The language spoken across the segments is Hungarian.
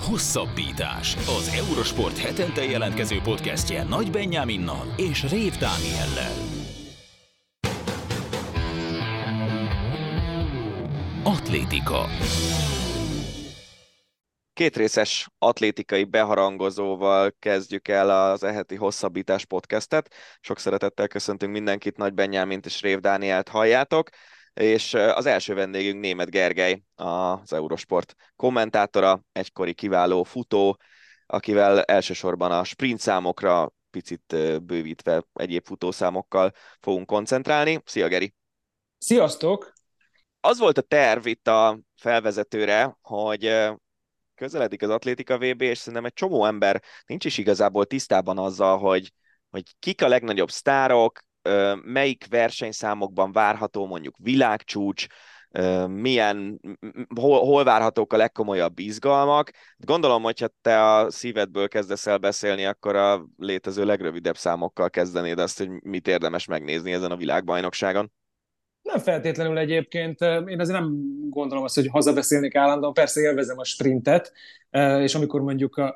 Hosszabbítás. Az Eurosport hetente jelentkező podcastje Nagy Benyáminnal és Rév Dániellel. Atlétika. Kétrészes atlétikai beharangozóval kezdjük el az heti Hosszabbítás podcastet. Sok szeretettel köszöntünk mindenkit, Nagy Benyámint és Rév Dánielt halljátok, és az első vendégünk Németh Gergely, az Eurosport kommentátora, egykori kiváló futó, akivel elsősorban a sprint számokra, picit bővítve egyéb futószámokkal fogunk koncentrálni. Szia, Geri! Sziasztok! Az volt a terv itt a felvezetőre, hogy közeledik az Atlétika VB, és szerintem egy csomó ember nincs is igazából tisztában azzal, hogy kik a legnagyobb sztárok, melyik versenyszámokban várható mondjuk világcsúcs, hol várhatók a legkomolyabb izgalmak. Gondolom, hogyha te a szívedből kezdesz el beszélni, akkor a létező legrövidebb számokkal kezdenéd azt, hogy mit érdemes megnézni ezen a világbajnokságon. Nem feltétlenül egyébként, én azért nem gondolom azt, hogy hazabeszélnék állandóan, persze élvezem a sprintet, és amikor mondjuk a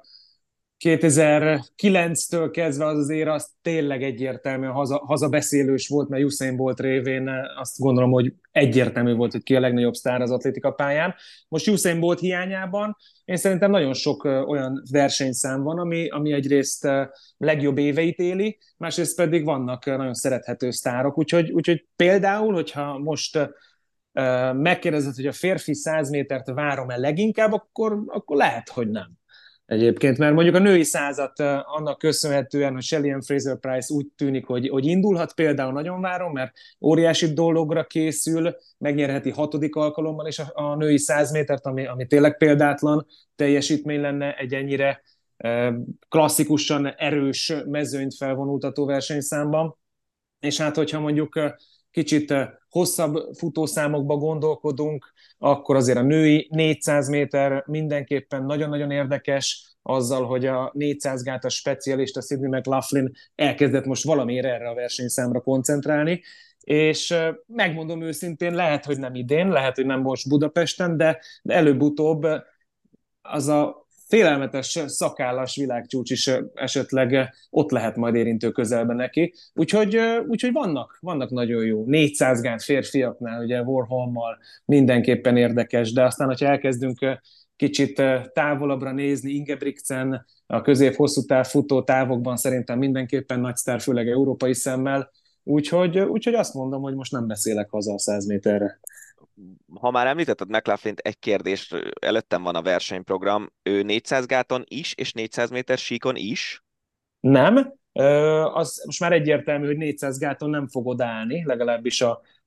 2009-től kezdve az éra, az tényleg egyértelműen hazabeszélős volt, mert Usain Bolt révén azt gondolom, hogy egyértelmű volt, hogy ki a legnagyobb sztár az atlétika pályán. Most Usain Bolt hiányában én szerintem nagyon sok olyan versenyszám van, ami egyrészt legjobb éveit éli, másrészt pedig vannak nagyon szerethető sztárok, úgyhogy például, hogyha most megkérdezed, hogy a férfi 100 métert várom-e leginkább, akkor lehet, hogy nem. Egyébként, mert mondjuk a női százat annak köszönhetően, hogy Shelly-Ann Fraser-Pryce úgy tűnik, hogy indulhat, például nagyon várom, mert óriási dologra készül, megnyerheti 6. alkalommal is a női 100 métert, ami tényleg példátlan teljesítmény lenne egy ennyire klasszikusan erős mezőnyt felvonultató versenyszámban. És hát, hogyha mondjuk kicsit hosszabb futószámokba gondolkodunk, akkor azért a női 400 méter mindenképpen nagyon-nagyon érdekes, azzal, hogy a 400 gátas specialista Sydney McLaughlin elkezdett most valamiért erre a versenyszámra koncentrálni, és megmondom őszintén, lehet, hogy nem idén, lehet, hogy nem most Budapesten, de előbb-utóbb az a félelmetes szakállas világcsúcs is esetleg ott lehet majd érintő közelben neki. Úgyhogy vannak nagyon jó. 400 gát férfiaknál, ugye Warholmmal mindenképpen érdekes, de aztán, hogyha elkezdünk kicsit távolabbra nézni, Ingebrigtsen a közép-hosszú táv futó távokban szerintem mindenképpen nagy sztár, főleg európai szemmel. Úgyhogy azt mondom, hogy most nem beszélek haza a 100 méterre. Ha már említetted McLaughlint, egy kérdés, előttem van a versenyprogram, ő 400 gáton is, és 400 méter síkon is? Nem, az most már egyértelmű, hogy 400 gáton nem fog odaállni, legalábbis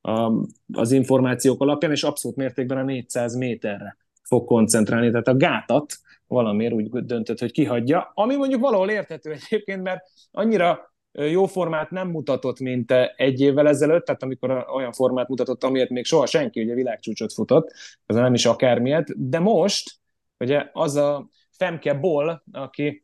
az információk alapján, és abszolút mértékben a 400 méterre fog koncentrálni, tehát a gátat valamiért úgy döntött, hogy kihagyja, ami mondjuk valahol érthető egyébként, mert annyira jó formát nem mutatott, mint egy évvel ezelőtt, tehát amikor olyan formát mutatott, amiért még soha senki ugye világcsúcsot futott, az nem is akármilyet, de most ugye az a Femke Bol, aki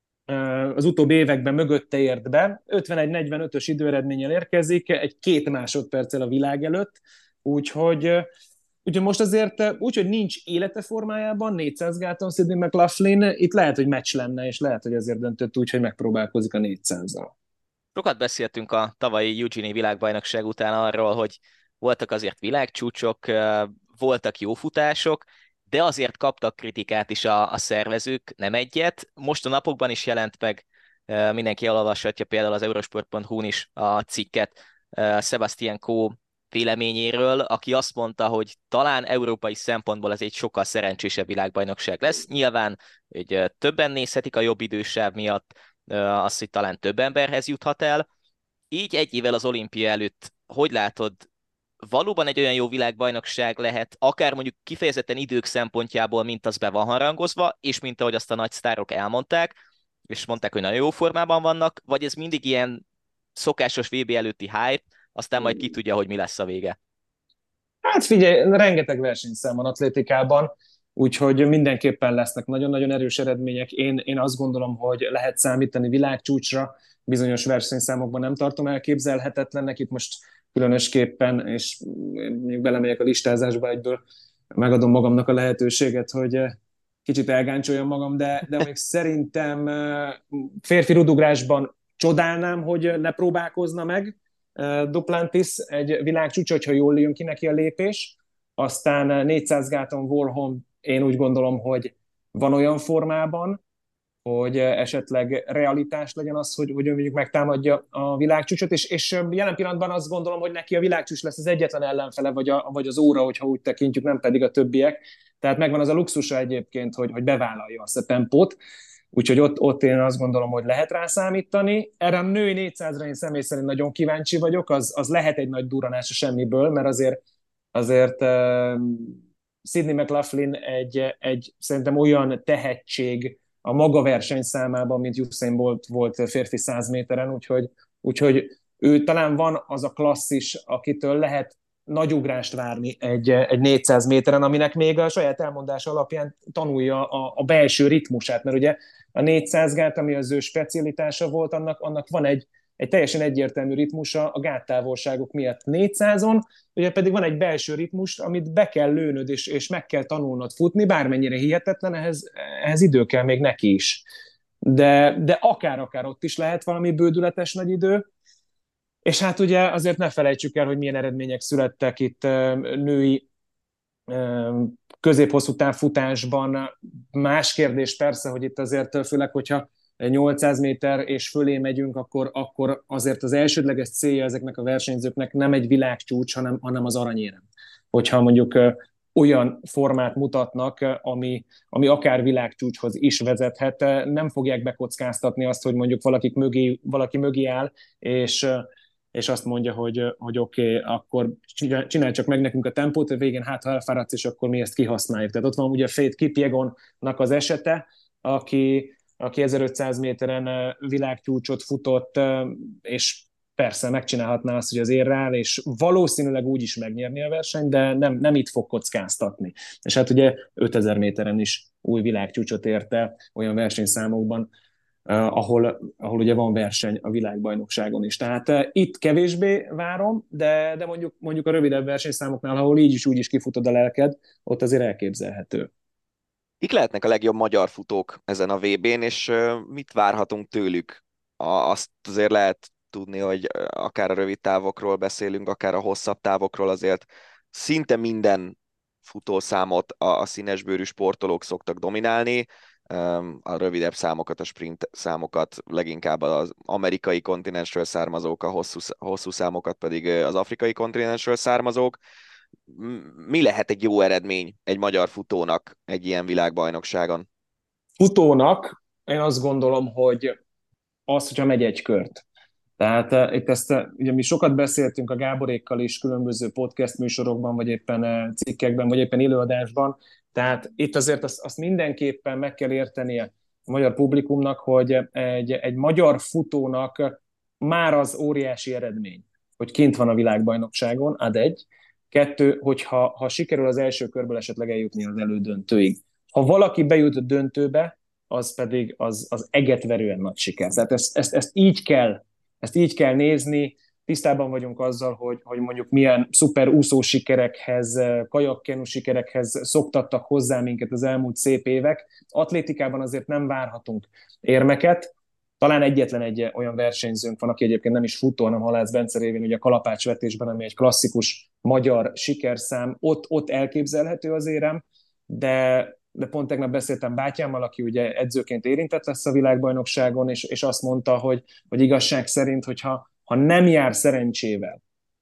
az utóbbi években mögötte ért be, 51-45-ös időeredménnyel érkezik, egy 2 másodperccel a világ előtt, úgyhogy most azért hogy nincs élete formájában, 400 gáton Sydney McLaughlin, itt lehet, hogy meccs lenne, és lehet, hogy ezért döntött úgy, hogy megpróbálkozik a 400-zal. Sokat beszéltünk a tavalyi Eugene világbajnokság után arról, hogy voltak azért világcsúcsok, voltak jó futások, de azért kaptak kritikát is a szervezők, nem egyet. Most a napokban is jelent meg, mindenki elolvashatja például az Eurosport.hu-n is a cikket Sebastian Coe véleményéről, aki azt mondta, hogy talán európai szempontból ez egy sokkal szerencsésebb világbajnokság lesz. Nyilván, hogy többen nézhetik a jobb idősáv miatt, azt, hogy talán több emberhez juthat el. Így egy évvel az olimpia előtt, hogy látod, valóban egy olyan jó világbajnokság lehet, akár mondjuk kifejezetten idők szempontjából, mint az be van harangozva, és mint ahogy azt a nagy sztárok elmondták, és mondták, hogy nagyon jó formában vannak, vagy ez mindig ilyen szokásos VB előtti hype, aztán majd ki tudja, hogy mi lesz a vége. Hát figyelj, rengeteg versenyszám van atlétikában, úgyhogy mindenképpen lesznek nagyon-nagyon erős eredmények. Én azt gondolom, hogy lehet számítani világcsúcsra, bizonyos versenyszámokban nem tartom elképzelhetetlennek, itt most különösképpen, és mondjuk belemegyek a listázásba egyből, megadom magamnak a lehetőséget, hogy kicsit elgáncsoljam magam, de még szerintem férfi rudugrásban csodálnám, hogy ne próbálkozna meg Duplantis egy világcsúcs, hogyha jól jön ki neki a lépés. Aztán 400 gáton Warholm, én úgy gondolom, hogy van olyan formában, hogy esetleg realitás legyen az, hogy ő mondjuk megtámadja a világcsúcsot, és jelen pillanatban azt gondolom, hogy neki a világcsúcs lesz az egyetlen ellenfele, vagy az óra, hogyha úgy tekintjük, nem pedig a többiek. Tehát megvan az a luxusa egyébként, hogy bevállalja azt a tempót, úgyhogy ott én azt gondolom, hogy lehet rá számítani. Erre a női 400-ra én személy szerint nagyon kíváncsi vagyok, az lehet egy nagy durranás a semmiből, mert azért Sydney McLaughlin egy szerintem olyan tehetség a maga versenyszámában, mint Usain Bolt volt férfi 100 méteren, úgyhogy ő talán van az a klasszis, akitől lehet nagy ugrást várni egy 400 méteren, aminek még a saját elmondása alapján tanulja a belső ritmusát, mert ugye a 400 gát, ami az ő specialitása volt, annak van egy teljesen egyértelmű ritmusa a gáttávolságok miatt 400-on, ugye pedig van egy belső ritmus, amit be kell lőnöd, és meg kell tanulnod futni, bármennyire hihetetlen, ehhez idő kell még neki is. De akár ott is lehet valami bődületes nagy idő, és hát ugye azért ne felejtsük el, hogy milyen eredmények születtek itt női középhosszú távfutásban. Más kérdés persze, hogy itt azért főleg, hogyha 800 méter és fölé megyünk, akkor azért az elsődleges célja ezeknek a versenyzőknek nem egy világcsúcs, hanem az aranyérem. Hogyha mondjuk olyan formát mutatnak, ami akár világcsúcshoz is vezethet, nem fogják bekockáztatni azt, hogy mondjuk valaki mögé áll, és azt mondja, hogy oké, akkor csinálj csak meg nekünk a tempót, a végén hát ha elfáradsz, és akkor mi ezt kihasználjuk. Tehát ott van ugye Faith Kipyegonnak az esete, aki 1500 méteren világcsúcsot futott, és persze megcsinálhatná azt, hogy az érre áll, és valószínűleg úgy is megnyerni a versenyt, de nem itt fog kockáztatni. És hát ugye 5000 méteren is új világcsúcsot érte olyan versenyszámokban, ahol ugye van verseny a világbajnokságon is. Tehát itt kevésbé várom, de mondjuk a rövidebb versenyszámoknál, ahol így is úgy is kifutod a lelked, ott azért elképzelhető. Kik lehetnek a legjobb magyar futók ezen a VB-n, és mit várhatunk tőlük? Azt azért lehet tudni, hogy akár a rövid távokról beszélünk, akár a hosszabb távokról, azért szinte minden futószámot a színesbőrű sportolók szoktak dominálni, a rövidebb számokat, a sprint számokat leginkább az amerikai kontinensről származók, a hosszú számokat pedig az afrikai kontinensről származók. Mi lehet egy jó eredmény egy magyar futónak egy ilyen világbajnokságon? Futónak én azt gondolom, hogy az, hogyha megy egy kört. Tehát itt ugye mi sokat beszéltünk a Gáborékkal is különböző podcast műsorokban, vagy éppen cikkekben, vagy éppen élőadásban. Tehát itt azért azt mindenképpen meg kell értenie a magyar publikumnak, hogy egy magyar futónak már az óriási eredmény, hogy kint van a világbajnokságon, ad egy. Kettő, hogyha sikerül az első körből esetleg eljutni az elődöntőig. Ha valaki bejut a döntőbe, az pedig az egetverően nagy siker. Tehát ezt így kell nézni, tisztában vagyunk azzal, hogy mondjuk milyen szuper úszó sikerekhez, kajakkenu sikerekhez szoktattak hozzá minket az elmúlt szép évek. Atlétikában azért nem várhatunk érmeket. Talán egyetlen egy olyan versenyzőnk van, aki egyébként nem is futó, hanem Halász Bence révén ugye a kalapácsvetésben, ami egy klasszikus magyar sikerszám, ott elképzelhető az érem, de pont tegnap beszéltem bátyámmal, aki ugye edzőként érintett lesz a világbajnokságon, és azt mondta, hogy igazság szerint, hogyha nem jár szerencsével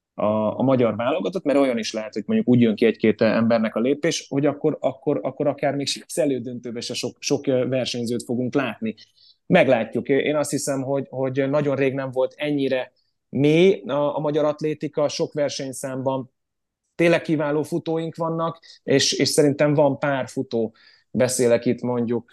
a magyar válogatott, mert olyan is lehet, hogy mondjuk úgy jön ki egy-két embernek a lépés, hogy akkor akár még az elődöntőben se sok versenyzőt fogunk látni. Meglátjuk. Én azt hiszem, hogy nagyon rég nem volt ennyire mély a magyar atlétika, sok versenyszámban tényleg kiváló futóink vannak, és szerintem van pár futó, beszélek itt mondjuk,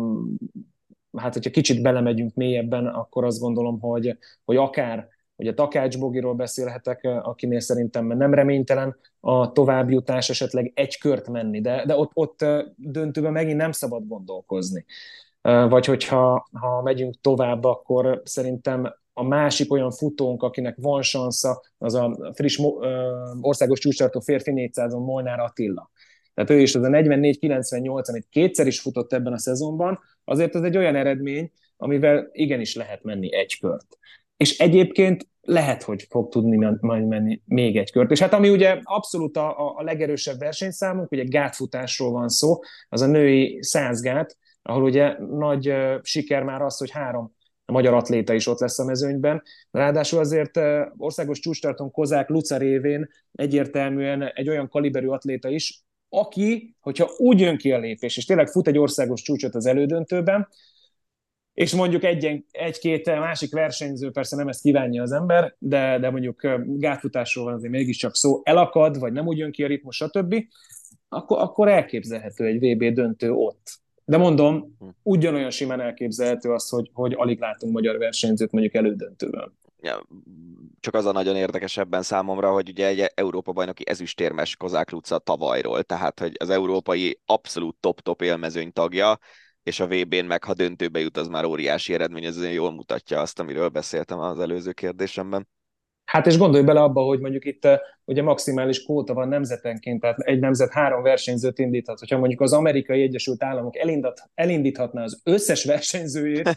hát hogyha kicsit belemegyünk mélyebben, akkor azt gondolom, hogy akár ugye Takács Bogiról beszélhetek, akinél szerintem nem reménytelen a továbbjutás, esetleg egy kört menni, de ott döntőben megint nem szabad gondolkozni. Vagy hogyha megyünk tovább, akkor szerintem a másik olyan futónk, akinek van sansza, az a friss országos csúcstartó férfi 400-on Molnár Attila. tehát ő is az a 44-98, amit kétszer is futott ebben a szezonban, azért ez egy olyan eredmény, amivel igenis lehet menni egy kört. És egyébként lehet, hogy fog tudni majd menni még egy kört. És hát ami ugye abszolút a legerősebb versenyszámunk, ugye gátfutásról van szó, az a női 100 gát, ahol ugye nagy siker már az, hogy 3 magyar atléta is ott lesz a mezőnyben. Ráadásul azért országos csúcstarton Kozák Luca révén egyértelműen egy olyan kaliberű atléta is, aki, hogyha úgy jön ki a lépés, és tényleg fut egy országos csúcsot az elődöntőben, és mondjuk egy-két másik versenyző, persze nem ezt kívánja az ember, de mondjuk gátfutásról van azért mégiscsak szó, elakad, vagy nem úgy jön ki a ritmus, stb., akkor elképzelhető egy VB döntő ott. De mondom, ugyanolyan simán elképzelhető az, hogy alig látunk magyar versenyzőt mondjuk elődöntőben. Ja, csak az a nagyon érdekes ebben számomra, hogy ugye egy Európa-bajnoki ezüstérmes Kozák Luca tavalyról, tehát hogy az európai abszolút top-top élmezőny tagja, és a VB-n meg, ha döntőbe jut, az már óriási eredmény, ez azért jól mutatja azt, amiről beszéltem az előző kérdésemben. Hát és gondolj bele abba, hogy mondjuk itt ugye maximális kvóta van nemzetenként, tehát egy nemzet 3 versenyzőt indíthat. Hogyha mondjuk az Amerikai Egyesült Államok elindíthatná az összes versenyzőjét,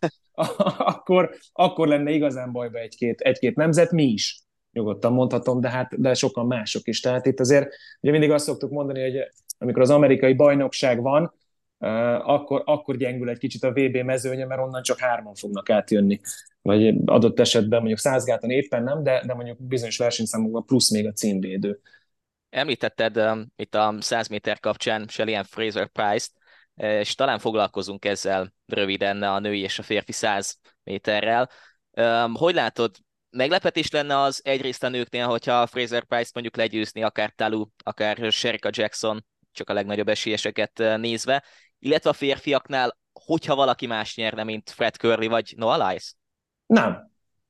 akkor lenne igazán bajba egy-két nemzet, mi is. Nyugodtan mondhatom, de sokan mások is. Tehát itt azért ugye mindig azt szoktuk mondani, hogy amikor az amerikai bajnokság van, akkor gyengül egy kicsit a VB mezőnye, mert onnan csak 3 fognak átjönni. Vagy adott esetben mondjuk 100 gáton éppen nem, de mondjuk bizonyos versenyszámokban plusz még a címvédő. Említetted itt a 100 méter kapcsán Shelly-Ann Fraser-Pryce-t, és talán foglalkozunk ezzel röviden a női és a férfi 100 méterrel. Hogy látod, meglepetés lenne az egyrészt a nőknél, hogyha Fraser-Pryce mondjuk legyőzni, akár Talu, akár Shericka Jackson, csak a legnagyobb esélyeseket nézve, illetve a férfiaknál, hogyha valaki más nyerne, mint Fred Kerley vagy Noah Lyles? Nem.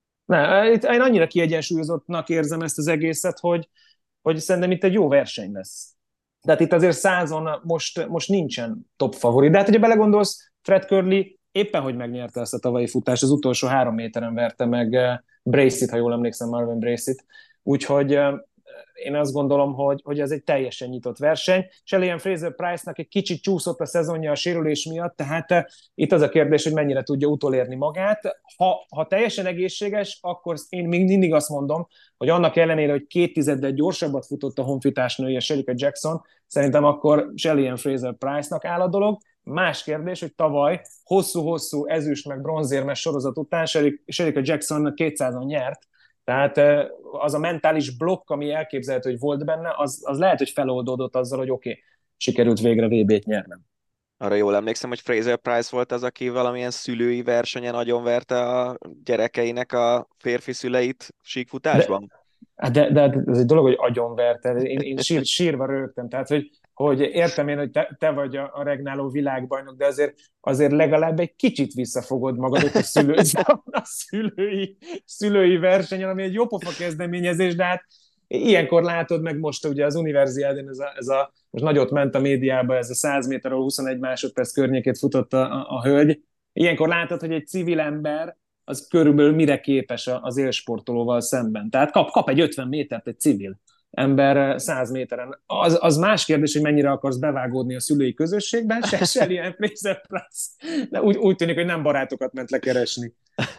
Én annyira kiegyensúlyozottnak érzem ezt az egészet, hogy szerintem itt egy jó verseny lesz. Tehát itt azért 100-on most nincsen top favorit. De hát, hogyha belegondolsz, Fred Kerley éppen, hogy megnyerte ezt a tavalyi futást, az utolsó 3 méteren verte meg Bracey-t, ha jól emlékszem, Marvin Bracey-t. Úgyhogy én azt gondolom, hogy ez egy teljesen nyitott verseny. Shelly-Ann Fraser-Pryce-nak egy kicsit csúszott a szezonja a sérülés miatt, tehát itt az a kérdés, hogy mennyire tudja utolérni magát. Ha teljesen egészséges, akkor én még mindig azt mondom, hogy annak ellenére, hogy 2 tizeddel gyorsabbat futott a honfitársnője Shericka Jackson, szerintem akkor Shelly-Ann Fraser-Pryce-nak áll a dolog. Más kérdés, hogy tavaly hosszú-hosszú ezüst meg bronzérmes sorozat után Shericka Jackson 200-on nyert, tehát az a mentális blokk, ami elképzelhető, hogy volt benne, az lehet, hogy feloldódott azzal, hogy oké, sikerült végre VB-t nyernem. Arra jól emlékszem, hogy Fraser-Pryce volt az, aki valamilyen szülői versenyen agyonverte a gyerekeinek a férfi szüleit síkfutásban? De ez egy dolog, hogy agyonverte. Én sírva rögtem. Tehát, hogy értem én, hogy te vagy a regnáló világbajnok, de azért legalább egy kicsit visszafogod magad ott a szülői versenyen, ami egy jópofa kezdeményezés, de hát ilyenkor látod meg most ugye az Universiádén most nagyot ment a médiába, ez a 100 méter, 21 másodperc környékét futott a hölgy. Ilyenkor látod, hogy egy civil ember az körülbelül mire képes az élsportolóval szemben. Tehát kap egy 50 métert egy civil ember 100 méteren. Az más kérdés, hogy mennyire akarsz bevágódni a szülői közösségben, se Shelly-Ann Fraser-Pryce. De úgy tűnik, hogy nem barátokat ment lekeresni.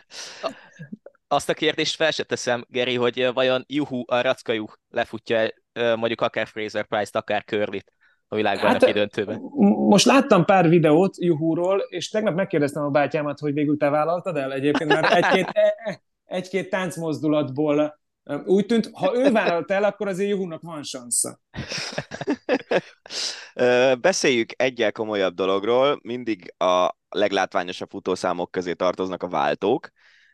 Azt a kérdést fel se teszem, Geri, hogy vajon a rackajuh lefutja mondjuk akár Fraser-Pryce-t, akár Kerley-t a világbajnoki döntőben. Most láttam pár videót Juhúról, és tegnap megkérdeztem a bátyámat, hogy végül te vállaltad el egyébként, mert egy-két táncmozdulatból úgy tűnt, ha ő vállalt el, akkor azért Juhúnak van sansza. Beszéljük egyel komolyabb dologról, mindig a leglátványosabb futószámok közé tartoznak a váltók.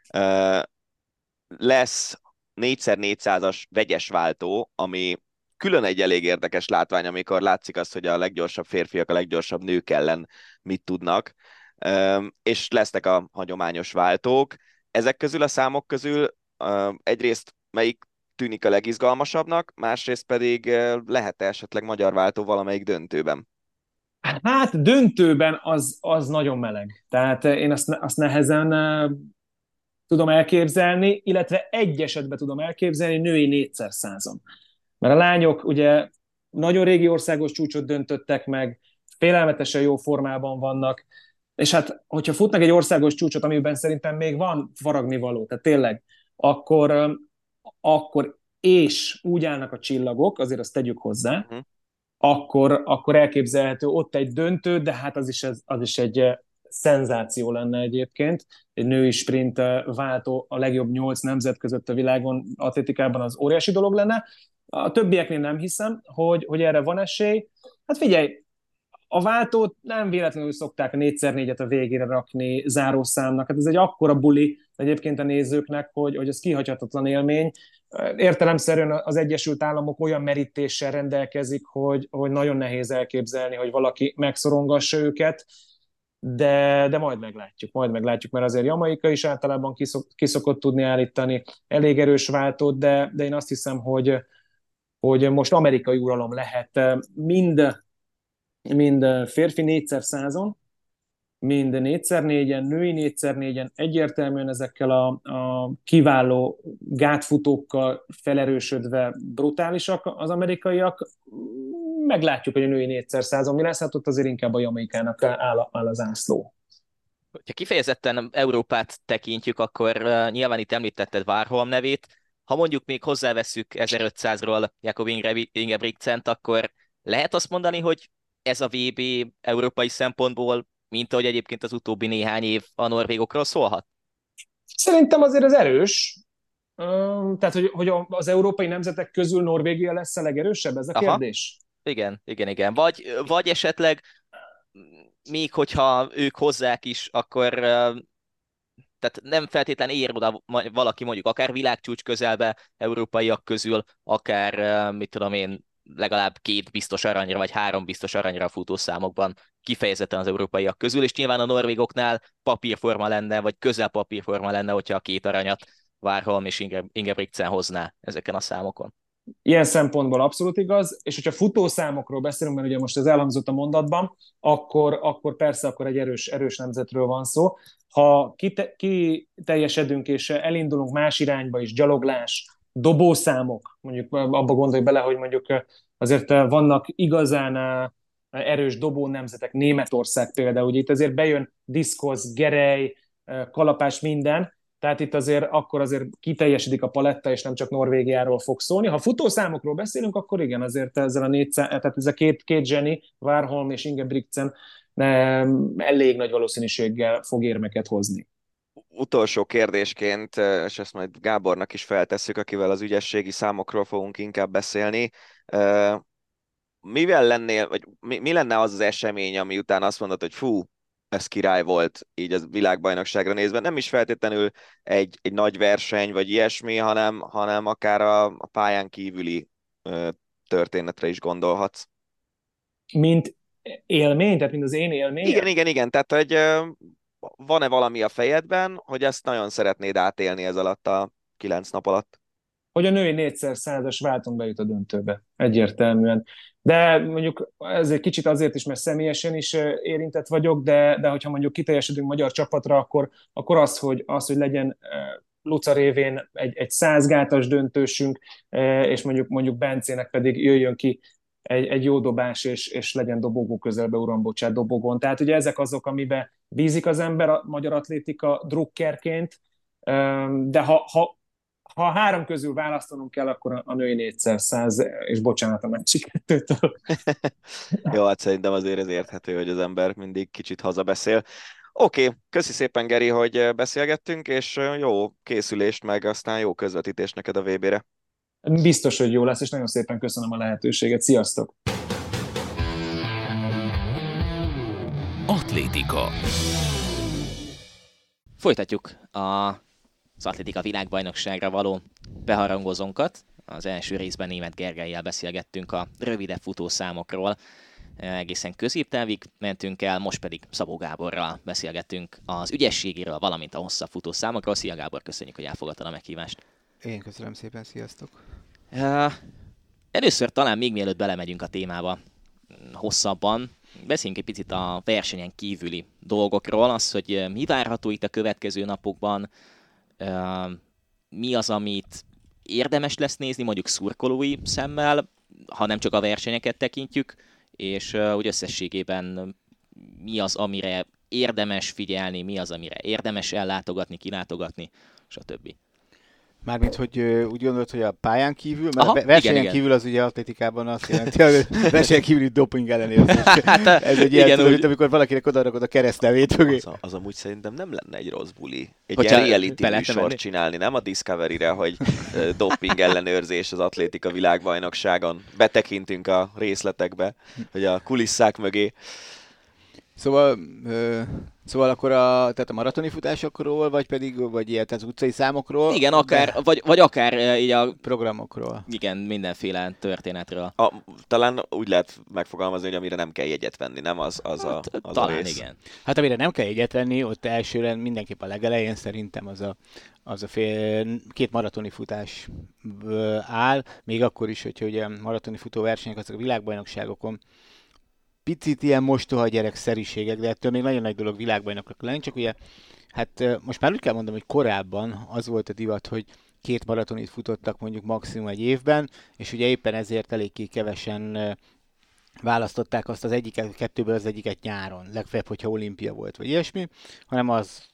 Lesz 4x400-as vegyes váltó, ami külön egy elég érdekes látvány, amikor látszik azt, hogy a leggyorsabb férfiak a leggyorsabb nők ellen mit tudnak, és lesznek a hagyományos váltók. Ezek közül a számok közül egyrészt melyik tűnik a legizgalmasabbnak, másrészt pedig lehet esetleg magyar váltó valamelyik döntőben? Hát döntőben az nagyon meleg. Tehát én azt nehezen tudom elképzelni, illetve egy esetben tudom elképzelni női 4x100-on. Mert a lányok ugye nagyon régi országos csúcsot döntöttek meg, félelmetesen jó formában vannak, és hát, hogyha futnak egy országos csúcsot, amiben szerintem még van faragnivaló, tehát tényleg, akkor és úgy állnak a csillagok, azért azt tegyük hozzá, akkor elképzelhető ott egy döntő, de hát az is egy szenzáció lenne egyébként. Egy női sprint váltó a legjobb 8 nemzet között a világon atlétikában az óriási dolog lenne. A többieknél nem hiszem, hogy erre van esély. Hát figyelj, a váltót nem véletlenül szokták a 4x4-et a végére rakni zárószámnak. Hát ez egy akkora buli egyébként a nézőknek, hogy ez kihagyhatatlan élmény. Értelemszerűen az Egyesült Államok olyan merítéssel rendelkezik, hogy nagyon nehéz elképzelni, hogy valaki megszorongassa őket, de majd meglátjuk, mert azért Jamaika is általában ki szokott tudni állítani elég erős váltót, de én azt hiszem, hogy most amerikai uralom lehet mind férfi 4x100-on, mind 4x4-en, női 4x4-en, egyértelműen ezekkel a kiváló gátfutókkal felerősödve brutálisak az amerikaiak. Meglátjuk, hogy a női 4x100-on mi lesz, hát ott azért inkább a Jamaikának áll az ászló. Ha kifejezetten Európát tekintjük, akkor nyilván itt említetted Warholm nevét. Ha mondjuk még hozzáveszünk 1500-ról Jakob Ingebrigtsent, akkor lehet azt mondani, hogy ez a VB európai szempontból, mint ahogy egyébként az utóbbi néhány év a norvégokról szólhat? Szerintem azért ez erős. Tehát, hogy az európai nemzetek közül Norvégia lesz a legerősebb, ez a kérdés? Igen. Vagy esetleg még hogyha ők hozzák is, akkor tehát nem feltétlen ér oda valaki mondjuk akár világcsúcs közelbe európaiak közül, akár mit tudom én, legalább 2 biztos aranyra, vagy 3 biztos aranyra a futószámokban kifejezetten az európaiak közül, és nyilván a norvégoknál papírforma lenne, vagy közel papírforma lenne, hogyha a 2 aranyat Warholm és Ingebrigtsen hozná ezeken a számokon. Ilyen szempontból abszolút igaz, és hogyha futószámokról beszélünk, mert ugye most ez elhangzott a mondatban, akkor persze akkor egy erős nemzetről van szó. Ha kiteljesedünk és elindulunk más irányba is, gyaloglás, dobószámok, mondjuk abba gondolj bele, hogy mondjuk azért vannak igazán erős dobó nemzetek, Németország például, ugye itt azért bejön diszkosz, gerej, kalapás, minden, tehát itt akkor azért kiteljesedik a paletta, és nem csak Norvégiáról fog szólni. Ha futószámokról beszélünk, akkor igen, azért tehát ez a két zseni, Warholm és Ingebrigtsen elég nagy valószínűséggel fog érmeket hozni. Utolsó kérdésként, és ezt majd Gábornak is feltesszük, akivel az ügyességi számokról fogunk inkább beszélni. Mivel lennél, vagy mi lenne az esemény, ami után azt mondod, hogy fú, ez király volt így a világbajnokságra nézve? Nem is feltétlenül egy nagy verseny, vagy ilyesmi, hanem akár a pályán kívüli történetre is gondolhatsz. Mint élmény? Tehát mint az én élményem? Igen. Tehát, hogy van-e valami a fejedben, hogy ezt nagyon szeretnéd átélni ez alatt a 9 nap alatt? Hogy a női 4x100-as válton bejut a döntőbe. Egyértelműen. De mondjuk ez egy kicsit azért is, mert személyesen is érintett vagyok, de hogyha mondjuk kiteljesedünk magyar csapatra, akkor az, hogy legyen Luca révén egy 100 gátas döntősünk, és mondjuk Bencének pedig jöjjön ki egy jó dobás, és legyen dobogó közelbe, uram, bocsánat, dobogon. Tehát ugye ezek azok, amiben bízik az ember a magyar atlétika drukkerként, de ha 3 közül választanunk kell, akkor a női 4x100, és bocsánat a másik 2-től. Jó, hát szerintem azért ez érthető, hogy az ember mindig kicsit hazabeszél. Oké, köszi szépen, Geri, hogy beszélgettünk, és jó készülést, meg aztán jó közvetítést neked a VB-re. Biztos, hogy jó lesz, és nagyon szépen köszönöm a lehetőséget. Sziasztok! Atlétika. Folytatjuk az atlétika világbajnokságra való beharangozónkat. Az első részben Németh Gergellyel beszélgettünk a rövidebb futószámokról. Egészen középtávig mentünk el, most pedig Szabó Gáborral beszélgettünk az ügyességéről, valamint a hosszabb futószámokról. Szia Gábor, köszönjük, hogy elfogadtad a meghívást. Én köszönöm szépen, sziasztok! Először talán még mielőtt belemegyünk a témába hosszabban, beszéljünk egy picit a versenyen kívüli dolgokról, az, hogy mi várható itt a következő napokban, mi az, amit érdemes lesz nézni, mondjuk szurkolói szemmel, ha nem csak a versenyeket tekintjük, és úgy összességében mi az, amire érdemes figyelni, mi az, amire érdemes ellátogatni, kilátogatni, stb. Mármint, hogy úgy gondolod, hogy a pályán kívül, mert aha, a versenyen igen. kívül az ugye atlétikában azt jelenti, hogy a versenyen kívüli doping ellenőrzés. Hát, ez egy ilyen, tudod, amikor valakinek odarakod a keresztnevét. Az amúgy szerintem nem lenne egy rossz buli. Egy Hogyha ilyen reality be lehetne műsort menni. csinálni, nem a Discovery-re, hogy doping ellenőrzés az atlétika világbajnokságon. Betekintünk a részletekbe, hogy a kulisszák mögé. Szóval akkor tehát a maratoni futásokról, vagy ilyet az utcai számokról? Igen, akár, vagy akár így a programokról. igen, mindenféle történetről. Talán úgy lehet megfogalmazni, hogy amire nem kell jegyet venni, nem az Talán a rész. igen. Hát amire nem kell jegyet venni, ott elsőre mindenképp a legelején szerintem az a két maratoni futás áll, még akkor is, hogyha ugye maratoni futóversenyek azok a világbajnokságokon picit ilyen mostoha gyerekszerűségek, de ettől még nagyon nagy dolog világbajnoknak lenni, csak ugye, hát most már úgy kell mondanom, hogy korábban az volt a divat, hogy két maratonit futottak mondjuk maximum egy évben, és ugye éppen ezért eléggé kevesen választották azt az egyiket, kettőből az egyiket nyáron, legfeljebb, hogyha olimpia volt, vagy ilyesmi, hanem az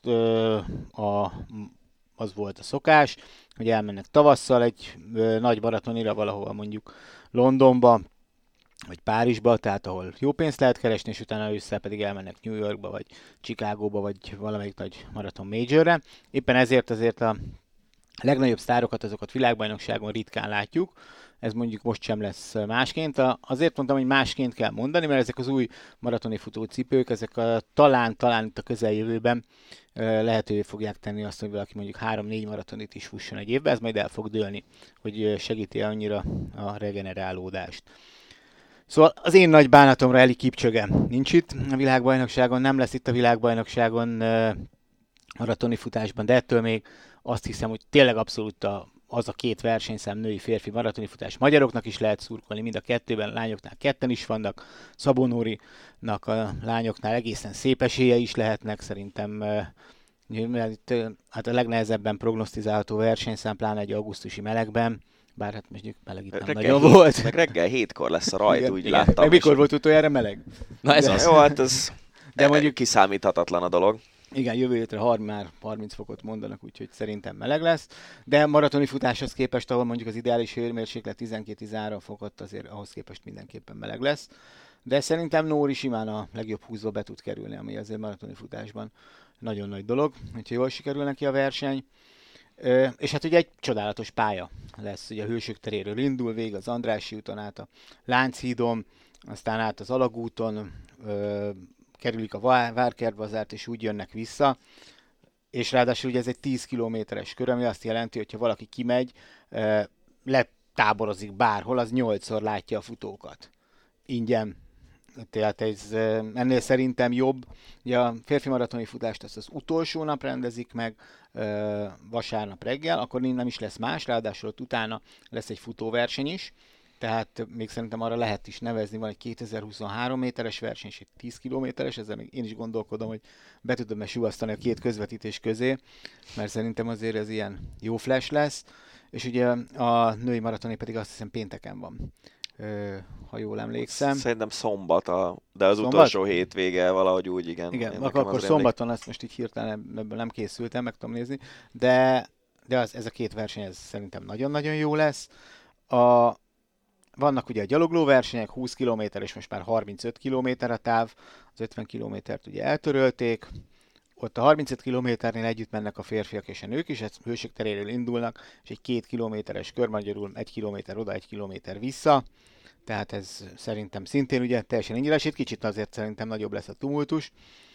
volt a szokás, hogy elmennek tavasszal egy nagy maratonira valahova mondjuk Londonba, vagy Párizsba, tehát ahol jó pénzt lehet keresni, és utána ősszel pedig elmennek New Yorkba, vagy Chicagóba, vagy valamelyik nagy maraton majorre. Éppen ezért azért a legnagyobb sztárokat, azokat világbajnokságon ritkán látjuk, ez mondjuk most sem lesz másként. Azért mondtam, hogy másként kell mondani, mert ezek az új maratoni futócipők, ezek talán itt a közeljövőben lehetővé fogják tenni azt, hogy valaki mondjuk 3-4 maratonit is fusson egy évben, ez majd el fog dőlni, hogy segíti annyira a regenerálódást. Szóval az én nagy bánatomra Eli Kipchoge nincs itt a világbajnokságon, nem lesz itt a világbajnokságon maratoni futásban, de ettől még azt hiszem, hogy tényleg abszolút az a két versenyszám női-férfi maratoni futás. Magyaroknak is lehet szurkolni, mind a kettőben, a lányoknál ketten is vannak, Szabó Nórinak a lányoknál egészen szép esélye is lehetnek, szerintem hát a legnehezebben prognosztizálható versenyszám, pláne egy augusztusi melegben, bár hát mondjuk meleg itt nem nagyon volt. Meg reggel 7-kor lesz a rajt, igen, úgy igen. láttam. Meg mikor volt utoljára meleg? Na ez az. Jó, hát ez de mondjuk kiszámíthatatlan a dolog. Igen, jövő hétre már 30 fokot mondanak, úgyhogy szerintem meleg lesz. De maratoni futáshoz képest, ahol mondjuk az ideális hőmérséklet 12-13 fokot, azért ahhoz képest mindenképpen meleg lesz. De szerintem Nóri simán a legjobb 20-ba be tud kerülni, ami azért maratoni futásban nagyon nagy dolog, hogyha jól sikerül neki a verseny. És hát ugye egy csodálatos pálya lesz, ugye a Hősök teréről indul, végig az Andrássy úton át a Lánchídon, aztán át az Alagúton, kerülik a Várkertbazárt, és úgy jönnek vissza, és ráadásul ugye ez egy 10 kilométeres kör, ami azt jelenti, hogy ha valaki kimegy, letáborozik bárhol, az 8-szor látja a futókat. Ingyen. Tehát ez ennél szerintem jobb. Ugye a férfi maratoni futást azt az utolsó nap rendezik meg, vasárnap reggel, akkor nem is lesz más, ráadásul ott utána lesz egy futóverseny is, tehát még szerintem arra lehet is nevezni, van egy 2023 méteres verseny és egy 10 kilométeres, ezzel még én is gondolkodom, hogy be tudom-e suvasztani a két közvetítés közé, mert szerintem azért ez ilyen jó flash lesz, és ugye a női maratoni pedig azt hiszem pénteken van, ha jól emlékszem. Szerintem szombat, de az utolsó hétvége valahogy úgy, igen. Igen, akkor szombaton, ezt most így hirtelen ebből nem készültem, meg tudom nézni, de ez a két verseny ez szerintem nagyon-nagyon jó lesz. Vannak ugye a gyalogló versenyek, 20 km és most már 35 km a táv, az 50 kilométert ugye eltörölték, ott a 35 kilométernél együtt mennek a férfiak és a nők is, ezt Hősök teréről indulnak, és egy 2 kilométeres kör, magyarul 1 kilométer oda, 1 kilométer vissza, tehát ez szerintem szintén ugye teljesen ingyenes, itt kicsit azért szerintem nagyobb lesz a tumultus,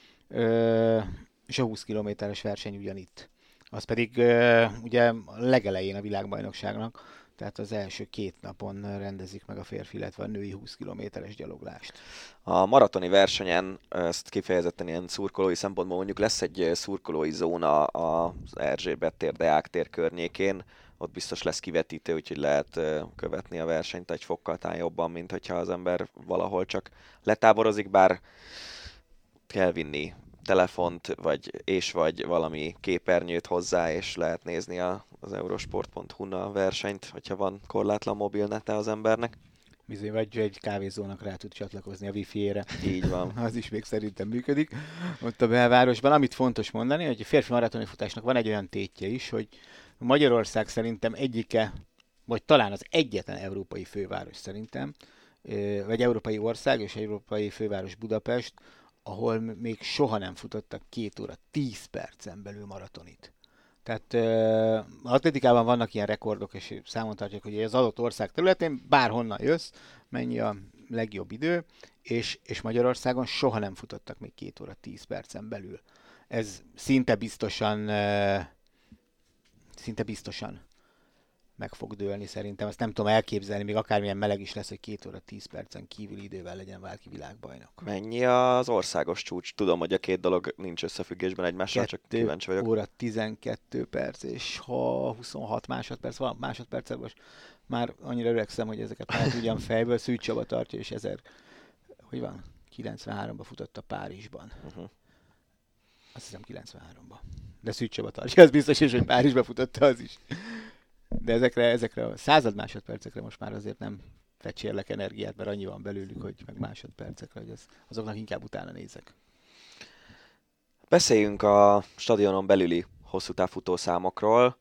és a 20 kilométeres verseny ugyanitt. Az pedig ugye a legelején a világbajnokságnak, tehát az első 2 napon rendezik meg a férfi, illetve a női 20 kilométeres gyaloglást. A maratoni versenyen, ezt kifejezetten ilyen szurkolói szempontból mondjuk lesz egy szurkolói zóna az Erzsébet tér, Deák tér környékén, ott biztos lesz kivetítő, úgyhogy lehet követni a versenyt egy fokkal talán jobban, mint hogyha az ember valahol csak letáborozik, bár kell vinni telefont, vagy valami képernyőt hozzá, és lehet nézni az eurosport.hu-n a versenyt, hogyha van korlátlan mobilnete az embernek. Bizony, vagy egy kávézónak rá tud csatlakozni a wifi-ére. Így van. Az is még szerintem működik ott a belvárosban. Amit fontos mondani, hogy a férfi maratoni futásnak van egy olyan tétje is, hogy Magyarország szerintem egyike, vagy talán az egyetlen európai főváros szerintem, vagy európai ország és európai főváros Budapest, ahol még soha nem futottak 2 óra 10 percen belül maratonit. Tehát atlétikában vannak ilyen rekordok, és számon tartják, hogy az adott ország területén bárhonnan jössz, mennyi a legjobb idő, és Magyarországon soha nem futottak még 2 óra 10 percen belül. Ez szinte biztosan meg fog dőlni szerintem. Azt nem tudom elképzelni, még akármilyen meleg is lesz, hogy 2 óra 10 percen kívüli idővel legyen bárki világbajnok. Mennyi az országos csúcs? Tudom, hogy a két dolog nincs összefüggésben egymással, csak kíváncsi vagyok. 2 óra 12 perc, és ha 26 másodperc van, másodperccel most már annyira öregszem, hogy ezeket már tudjam fejből. Szűcs Csaba tartja, és 93-ban futott a Párizsban. Azt hiszem 93-ban. De Szűcs Csaba tartja, az biztos is, hogy Párizsban futotta az is. De ezekre a század másodpercekre most már azért nem fecsérlek energiát, mert annyi van belőlük, hogy meg másodpercekre, hogy azoknak inkább utána nézek. Beszéljünk a stadionon belüli hosszú távfutószámokról.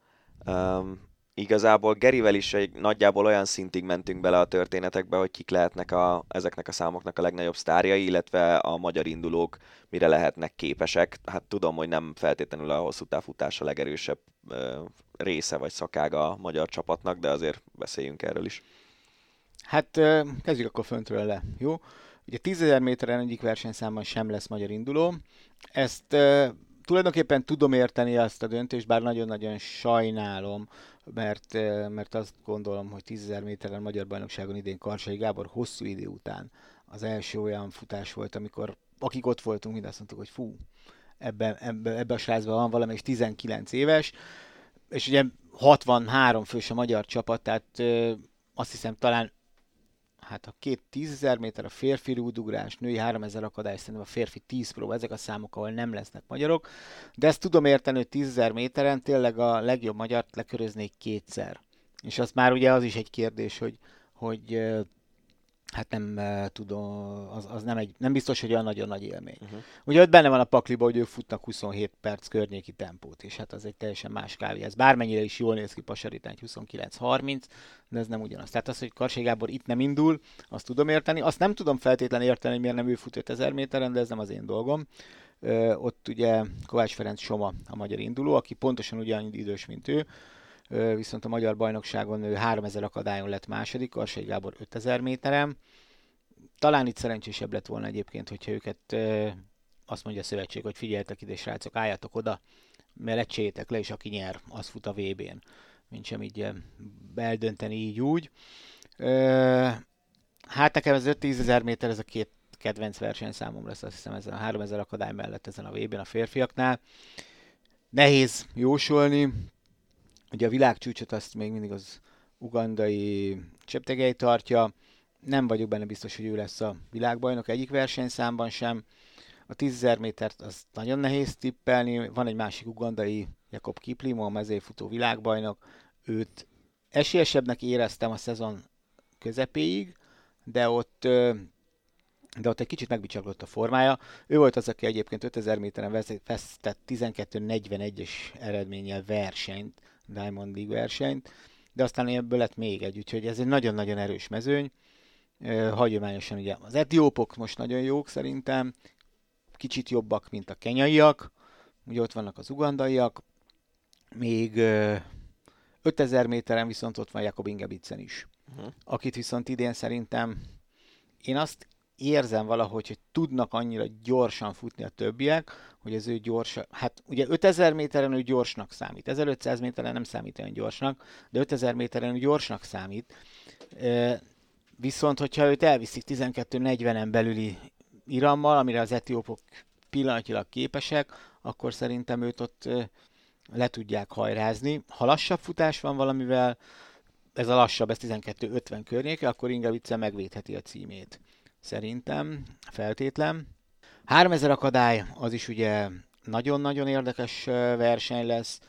Igazából Gerivel is nagyjából olyan szintig mentünk bele a történetekbe, hogy kik lehetnek ezeknek a számoknak a legnagyobb sztárjai, illetve a magyar indulók mire lehetnek képesek. Hát tudom, hogy nem feltétlenül a hosszú távfutás a legerősebb része vagy szakága a magyar csapatnak, de azért beszéljünk erről is. Hát kezdjük akkor föntről le, jó? Ugye 10.000 méteren egyik versenyszámban sem lesz magyar induló. Ezt tulajdonképpen tudom érteni azt a döntést, bár nagyon-nagyon sajnálom, mert azt gondolom, hogy 10.000 méteren magyar bajnokságon idén Karsai Gábor hosszú idő után az első olyan futás volt, amikor akik ott voltunk, mind azt mondtuk, hogy fú, ebbe a srácban van valami, és 19 éves, és ugye 63 fős a magyar csapat, tehát azt hiszem talán a két 10.000 méter, a férfi rúdugrás, női 3000 akadály, szerintem a férfi 10 próba, ezek a számok, ahol nem lesznek magyarok, de ezt tudom érteni, hogy 10.000 méteren tényleg a legjobb magyart leköröznék 2-szer. És az már ugye az is egy kérdés, hogy hát nem tudom, az nem biztos, hogy olyan nagyon nagy élmény. Ugye ott benne van a pakliba, hogy ők futnak 27 perc környéki tempót, és hát az egy teljesen más kávé. Ez bármennyire is jól néz ki Pasaritány 29-30, de ez nem ugyanaz. Tehát az, hogy Karsai Gábor itt nem indul, azt tudom érteni. Azt nem tudom feltétlenül érteni, hogy miért nem ő fut 5000 méteren, de ez nem az én dolgom. Ott ugye Kovács Ferenc Soma a magyar induló, aki pontosan ugyanannyi idős, mint ő, viszont a magyar bajnokságon ő 3000 akadályon lett második, Karsai Gábor 5000 méteren. Talán itt szerencsésebb lett volna egyébként, hogyha őket azt mondja a szövetség, hogy figyeltek ide, srácok, álljatok oda, mert lecséljétek le, és aki nyer, az fut a VB-n. Mint sem így eldönteni így úgy. Hát nekem ez 5-10 méter, ez a két kedvenc versenyszámom lesz, azt hiszem ezen a 3000 akadály mellett ezen a VB-n a férfiaknál. Nehéz jósolni. Ugye a világcsúcsot azt még mindig az ugandai Cheptegei tartja. Nem vagyok benne biztos, hogy ő lesz a világbajnok egyik versenyszámban sem. A 10.000 métert az nagyon nehéz tippelni. Van egy másik ugandai, Jakob Kiplimo, a mezőfutó világbajnok. Őt esélyesebbnek éreztem a szezon közepéig, de ott egy kicsit megbicsaklott a formája. Ő volt az, aki egyébként 5000 méteren vesztett 12.41-es eredménnyel versenyt, Diamond League versenyt, de aztán ebből lett még egy, úgyhogy ez egy nagyon-nagyon erős mezőny. Hagyományosan ugye az etiópok most nagyon jók szerintem, kicsit jobbak, mint a kenyaiak, ugye ott vannak az ugandaiak, még 5000 méteren viszont ott van Jakob Ingebrigtsen is, akit viszont idén szerintem én azt érzem valahogy, hogy tudnak annyira gyorsan futni a többiek, hogy az ő gyorsa, hát ugye 5000 méteren ő gyorsnak számít, 1500 méteren nem számít olyan gyorsnak, de 5000 méteren ő gyorsnak számít. Viszont, hogyha őt elviszik 12.40-en belüli irammal, amire az etiópok pillanatilag képesek, akkor szerintem őt ott le tudják hajrázni. Ha lassabb futás van valamivel, ez a lassabb, ez 12.50 környéke, akkor Ingebrigtsen megvédheti a címét. Szerintem, feltétlen. 3000 akadály, az is ugye nagyon-nagyon érdekes verseny lesz.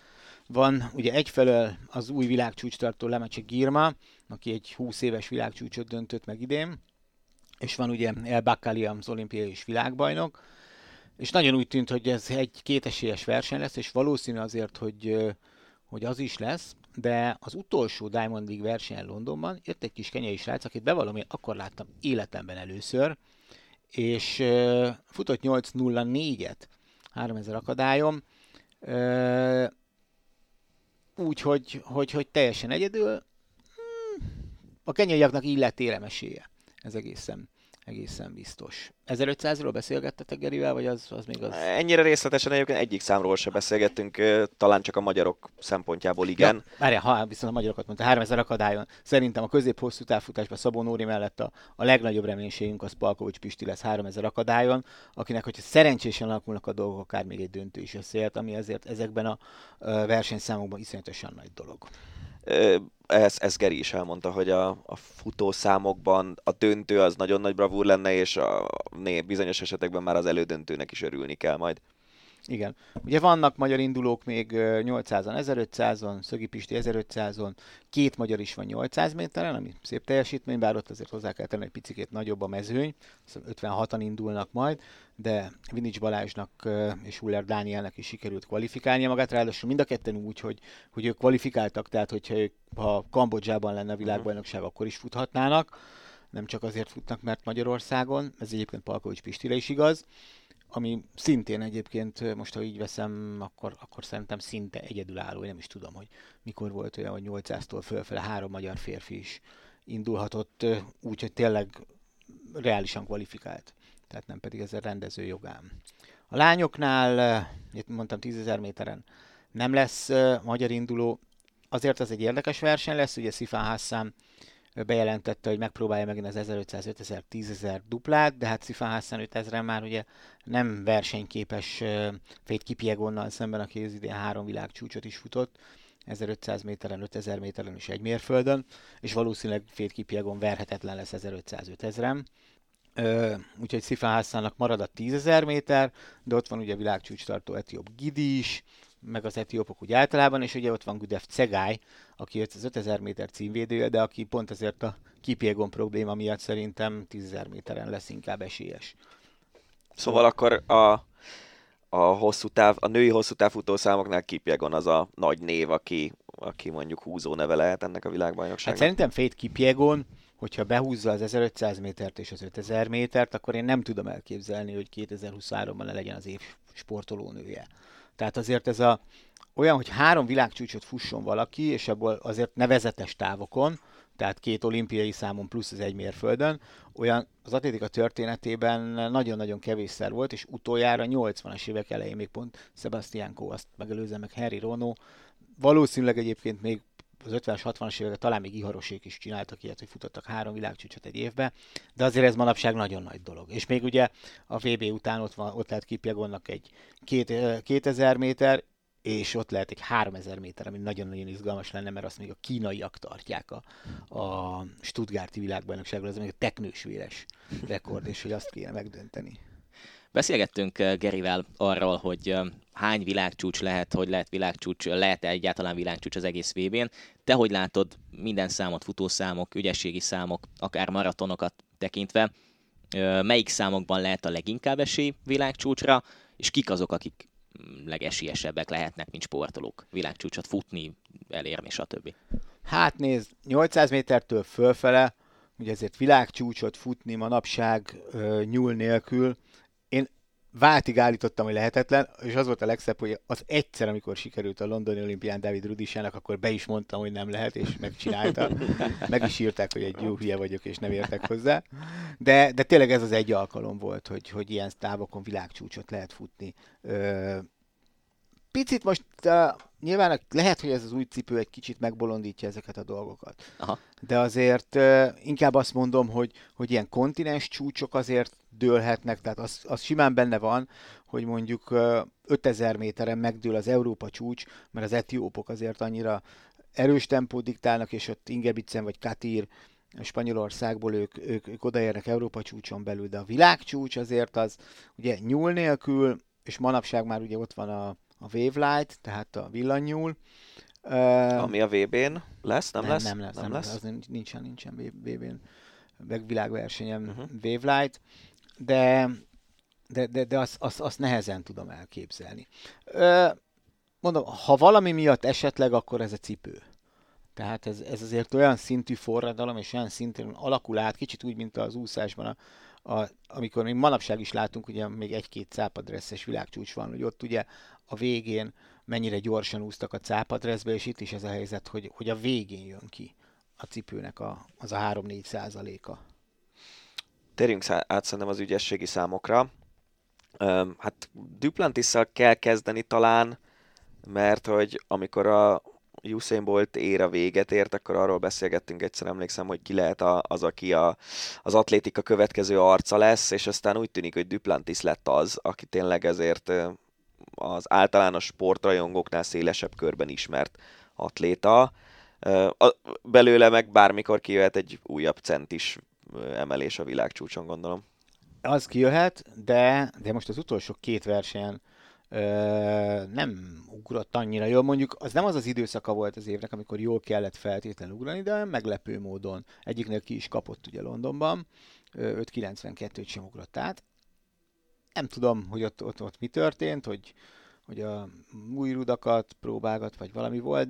Van ugye egyfelől az új világcsúcstartó Lemece Girma, aki egy 20 éves világcsúcsot döntött meg idén, és van ugye El Bakkali, az olimpiai és világbajnok, és nagyon úgy tűnt, hogy ez egy kétesélyes verseny lesz, és valószínű azért, hogy az is lesz, de az utolsó Diamond League versenyen Londonban jött egy kis kenyai srác, akit bevallom, én akkor láttam életemben először, és futott 8.04-et 3000 akadályon, úgyhogy teljesen egyedül. A kenyaiaknak így lett éremesélye. Ez egészen biztos. 1500-ról beszélgettetek Gerivel, vagy az még az? Ennyire részletesen egyébként egyik számról se beszélgettünk, talán csak a magyarok szempontjából igen. Ja, várjál, viszont a magyarokat mondta, 3000 akadályon. Szerintem a közép-hosszú távfutásban Szabó Nóri mellett a legnagyobb reménységünk az Palkovics Pisti lesz 3000 akadályon, akinek, hogyha szerencsésen alakulnak a dolgok, akár még egy döntő is összejöhet, ami azért ezekben a versenyszámokban iszonyatosan nagy dolog. Ez Geri is elmondta, hogy a futószámokban a döntő az nagyon nagy bravúr lenne, és bizonyos esetekben már az elődöntőnek is örülni kell majd. Igen. Ugye vannak magyar indulók még 800-on, 1500-on, Szögi Pisti 1500-on, 2 magyar is van 800 méteren, ami szép teljesítmény, bár ott azért hozzá kell tenni, egy picikét nagyobb a mezőny, 56-an indulnak majd, de Vinics Balázsnak és Huller Dánielnek is sikerült kvalifikálnia magát, ráadásul mind a ketten úgy, hogy ők kvalifikáltak, tehát ha Kambodzsában lenne a világbajnokság, akkor is futhatnának, nem csak azért futnak, mert Magyarországon, ez egyébként Palkovics Pistire is igaz, ami szintén egyébként, most ha így veszem, akkor szerintem szinte egyedülálló. Én nem is tudom, hogy mikor volt olyan, hogy 800-tól fölfele 3 magyar férfi is indulhatott, úgyhogy tényleg reálisan kvalifikált. Tehát nem pedig ez a rendező jogán. A lányoknál, mondtam 10.000 méteren nem lesz magyar induló, azért az egy érdekes verseny lesz, ugye Sifan Hassan bejelentette, hogy megpróbálja megint az 1500, 5000, 10.000 duplát, de hát Sifan Hassan 5000-en már ugye nem versenyképes Faith Kipyegonnal szemben, aki az idén 3 világcsúcsot is futott, 1500 méteren, 5000 méteren és egy mérföldön, és valószínűleg Faith Kipyegon verhetetlen lesz 1500-5000-en. Úgyhogy Sifan Hassannak marad a 10.000 méter, de ott van ugye világcsúcstartó etióp Gidi is, meg az etiópok úgy általában, és ugye ott van Gudev Cegály, aki az 5000 méter címvédője, de aki pont ezért a Kipyegon probléma miatt szerintem 10.000 méteren lesz inkább esélyes. Szóval akkor a női hosszú távfutószámoknál Kipyegon az a nagy név, aki mondjuk húzó neve lehet ennek a világbajnokságnak. Hát szerintem Faith Kipyegon, hogyha behúzza az 1500 métert és az 5000 métert, akkor én nem tudom elképzelni, hogy 2023-ban ne legyen az év sportolónője. Tehát azért ez olyan, hogy 3 világcsúcsot fusson valaki, és abból azért nevezetes távokon, tehát 2 olimpiai számon plusz az egy mérföldön, olyan az atlétika történetében nagyon-nagyon kevésszer volt, és utoljára 80-as évek elején még pont Sebastian Coe, azt megelőzve meg Henry Rono, valószínűleg egyébként még az 50-as, 60-as évek talán még Iharosék is csináltak ilyet, hogy futottak 3 világcsúcsot egy évbe, de azért ez manapság nagyon nagy dolog. És még ugye a VB után ott lehet Kipyegonnak egy 2000 méter, és ott lehet egy 3000 méter, ami nagyon-nagyon izgalmas lenne, mert azt még a kínaiak tartják a Stuttgarti világbajnokságról, ez még a teknősvéres rekord, és hogy azt kéne megdönteni. Beszélgettünk Gerivel arról, hogy hány világcsúcs lehet, hogy lehet világcsúcs, lehet egyáltalán világcsúcs az egész VB-n. Te hogy látod minden számot, futószámok, ügyességi számok, akár maratonokat tekintve, melyik számokban lehet a leginkább esély világcsúcsra, és kik azok, akik legesélyesebbek lehetnek, mint sportolók világcsúcsot futni, elérni, stb. Hát nézd, 800 métertől fölfele, ugye ezért világcsúcsot futni manapság nyúl nélkül, váltig állítottam, hogy lehetetlen, és az volt a legszebb, hogy az egyszer, amikor sikerült a londoni olimpián David Rudishának, akkor be is mondtam, hogy nem lehet, és megcsinálta. Meg is írták, hogy egy jó hülye vagyok, és nem értek hozzá. De tényleg ez az egy alkalom volt, hogy ilyen távokon világcsúcsot lehet futni. Picit most nyilván lehet, hogy ez az új cipő egy kicsit megbolondítja ezeket a dolgokat. Aha. De azért inkább azt mondom, hogy ilyen kontinens csúcsok azért dőlhetnek, tehát az simán benne van, hogy mondjuk 5000 méteren megdől az Európa csúcs, mert az etiópok azért annyira erős tempót diktálnak, és ott Ingebrigtsen vagy Katir Spanyolországból ők odaérnek Európa csúcson belül, de a világcsúcs azért az ugye nyúl nélkül, és manapság már ugye ott van a Wave Light, tehát a villanynyúl. Ami a VB-n lesz, nem lesz? Nem lesz. Az nincsen VB-n, meg világversenyen Wave Light, de azt nehezen tudom elképzelni. Mondom, ha valami miatt esetleg, akkor ez a cipő. Tehát ez azért olyan szintű forradalom, és olyan szintén alakul át, kicsit úgy, mint az úszásban, amikor még manapság is látunk, ugye még egy-két cápadresszes világcsúcs van, hogy ott ugye a végén mennyire gyorsan úsztak a cápadresszbe, és itt is ez a helyzet, hogy a végén jön ki a cipőnek az a 3-4%-a. Térjünk át szerintem az ügyességi számokra. Hát Duplantisszal kell kezdeni talán, mert hogy amikor a Usain Bolt éra véget ért, akkor arról beszélgettünk egyszer, emlékszem, hogy ki lehet az, aki az atlétika következő arca lesz, és aztán úgy tűnik, hogy Duplantis lett az, aki tényleg ezért az általános sportrajongóknál szélesebb körben ismert atléta. Belőle meg bármikor kijöhet egy újabb centis emelés a világcsúcson, gondolom. Az kijöhet, de most az utolsó 2 versenyen nem ugrott annyira jól. Mondjuk az nem az az időszaka volt az évnek, amikor jól kellett feltétlenül ugrani, de meglepő módon egyiknél ki is kapott ugye Londonban, 5.92-t sem ugrott át. Nem tudom, hogy ott mi történt, hogy a új rudakat próbálgat, vagy valami volt,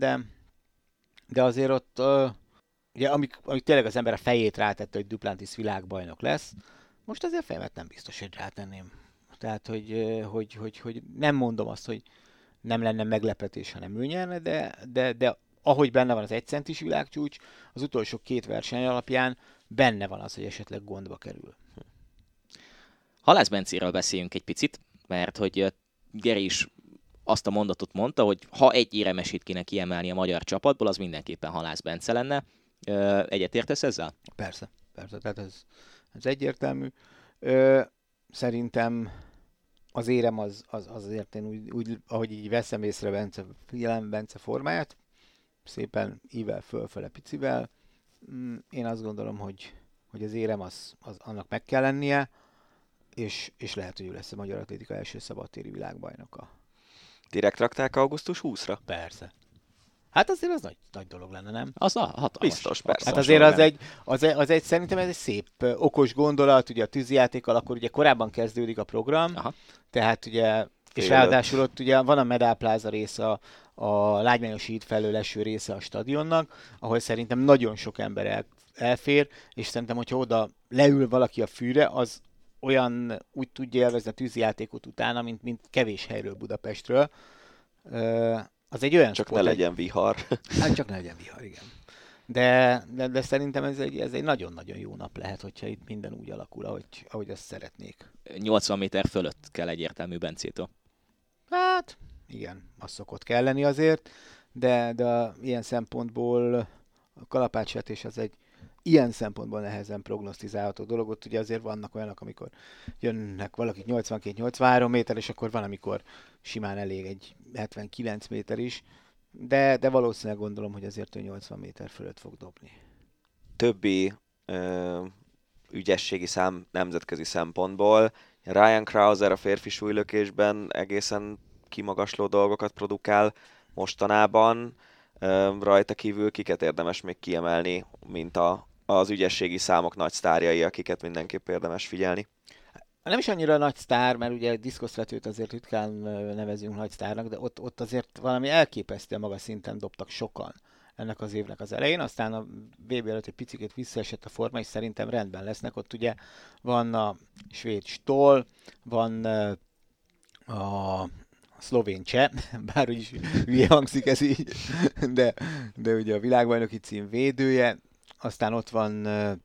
de azért ott, ugye, amik tényleg az ember a fejét rátette, hogy Duplantis világbajnok lesz, most azért fejemet nem biztos, hogy rátenném. Tehát, hogy nem mondom azt, hogy nem lenne meglepetés, ha nem ő nyerne, de ahogy benne van az 1 centis világcsúcs, az utolsó 2 verseny alapján benne van az, hogy esetleg gondba kerül. Halász Bencéről beszéljünk egy picit, mert hogy Geri is azt a mondatot mondta, hogy ha egy éremesit kéne kiemelni a magyar csapatból, az mindenképpen Halász Bence lenne. Egyetértesz ezzel? Persze, tehát ez egyértelmű. Szerintem az érem az azért én úgy, ahogy így veszem észre Bence formáját, szépen ível fölfele picivel. Én azt gondolom, hogy az érem az annak meg kell lennie, és lehet, hogy ő lesz a magyar atlétika első szabadtéri világbajnoka. Direkt rakták augusztus 20-ra? Persze. Hát azért az nagy dolog lenne, nem? Az hatalmas. Biztos, persze. Hát azért az egy szerintem ez egy szép, okos gondolat, ugye a tűzijátékkal, akkor ugye korábban kezdődik a program, tehát ugye, és ráadásul ott ugye van a Medal Plaza része, a Lágymányos híd felől eső része a stadionnak, ahol szerintem nagyon sok ember elfér, és szerintem, hogyha oda leül valaki a fűre, az olyan úgy tudja élvezni a tűzijátékot utána, mint kevés helyről Budapestről. Az egy olyan csak sport, ne legyen vihar. Hát csak ne legyen vihar, igen. De szerintem ez egy nagyon-nagyon jó nap lehet, hogyha itt minden úgy alakul, ahogy ezt szeretnék. 80 méter fölött kell egyértelmű Bencétől. Hát, igen, az szokott kelleni azért, de ilyen szempontból a kalapácsvetés az egy ilyen szempontból nehezen prognosztizálható dolog. Ott ugye azért vannak olyanok, amikor jönnek valakik 82-83 méter, és akkor van, amikor simán elég egy 79 méter is, de valószínűleg gondolom, hogy azért ő 80 méter fölött fog dobni. Többi ügyességi szám nemzetközi szempontból. Ryan Krauser a férfi súlylökésben egészen kimagasló dolgokat produkál mostanában. Rajta kívül kiket érdemes még kiemelni, mint az ügyességi számok nagy sztárjai, akiket mindenképp érdemes figyelni? Nem is annyira nagy sztár, mert ugye diszkoszvetőt azért ritkán nevezünk nagy sztárnak, de ott azért valami elképesztően magas szinten dobtak sokan ennek az évnek az elején, aztán a VB előtt egy picit visszaesett a forma, és szerintem rendben lesznek. Ott ugye van a svéd Stoll, van a szlovén Cseh, bár úgyis hülye hangzik ez így, de ugye a világbajnoki cím védője, aztán ott van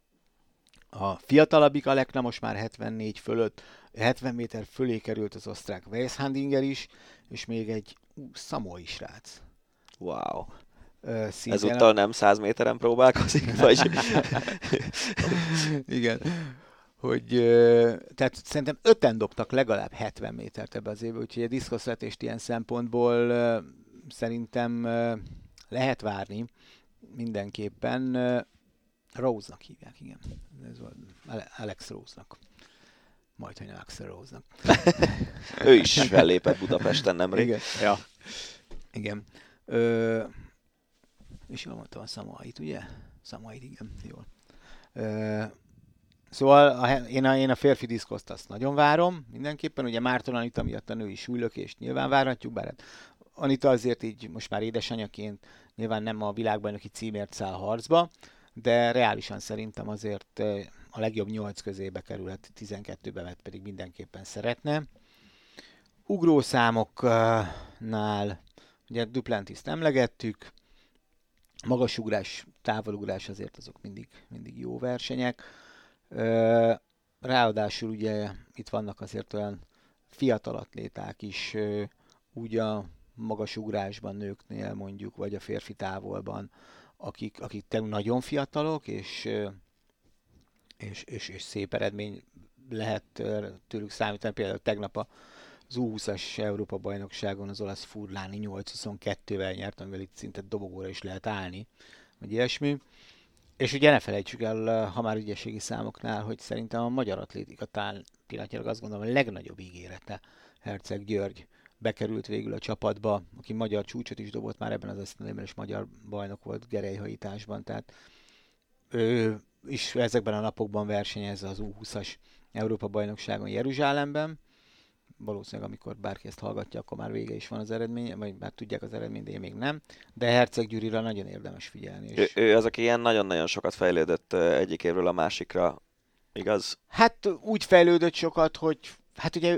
a fiatalabbik Alekna, most már 74 fölött, 70 méter fölé került az osztrák Weishandinger is, és még egy szamói srác. Wow. Szintén ezúttal nem 100 méteren próbálkozik, vagy? Igen. Tehát szerintem 5-en dobtak legalább 70 métert ebbe az évbe, úgyhogy a diszkoszvetést ilyen szempontból szerintem lehet várni mindenképpen. Rose-nak hívják, igen. Ez volt Alex Rose-nak. majd, hogy nem Axl Rose-nak. Ő is fellépett Budapesten nemrég. Igen. Ja. Igen. És jól mondtam a Samoait, ugye? Samoait, igen. Jól. Szóval én a férfi diszkoszt azt nagyon várom, mindenképpen. Ugye Márton Anita miatt a női súlylökést nyilván várhatjuk, bár hát Anita azért így most már édesanyaként nyilván nem a világbajnoki címért száll harcba, de reálisan szerintem azért a legjobb 8 közébe kerülhet, 12-be vett pedig mindenképpen szeretne. Ugrószámoknál ugye Duplantis-t emlegettük, magasugrás, távolugrás azért azok mindig jó versenyek. Ráadásul ugye itt vannak azért olyan fiatal atléták is, úgy a magasugrásban nőknél mondjuk, vagy a férfi távolban, akik nagyon fiatalok, és szép eredmény lehet tőlük számítani. Például tegnap az U20-as Európa-bajnokságon az olasz Furlani 8-22-vel nyert, amivel itt szinte dobogóra is lehet állni, vagy ilyesmi. És ugye ne felejtsük el, ha már ügyességi számoknál, hogy szerintem a magyar atlétika talán pillanatnyilag azt gondolom a legnagyobb ígérete Herceg György bekerült végül a csapatba, aki magyar csúcsot is dobott már ebben az esztendőben, és magyar bajnok volt gerelyhajításban, tehát ő is ezekben a napokban versenyez az U20-as Európa-bajnokságon Jeruzsálemben. Valószínűleg, amikor bárki ezt hallgatja, akkor már vége is van az eredmény, vagy már tudják az eredményt, de én még nem. De Herceg Gyurira nagyon érdemes figyelni. És... Ő az, aki ilyen nagyon-nagyon sokat fejlődött egyik évről a másikra, igaz? Hát úgy fejlődött sokat, hogy hát ugye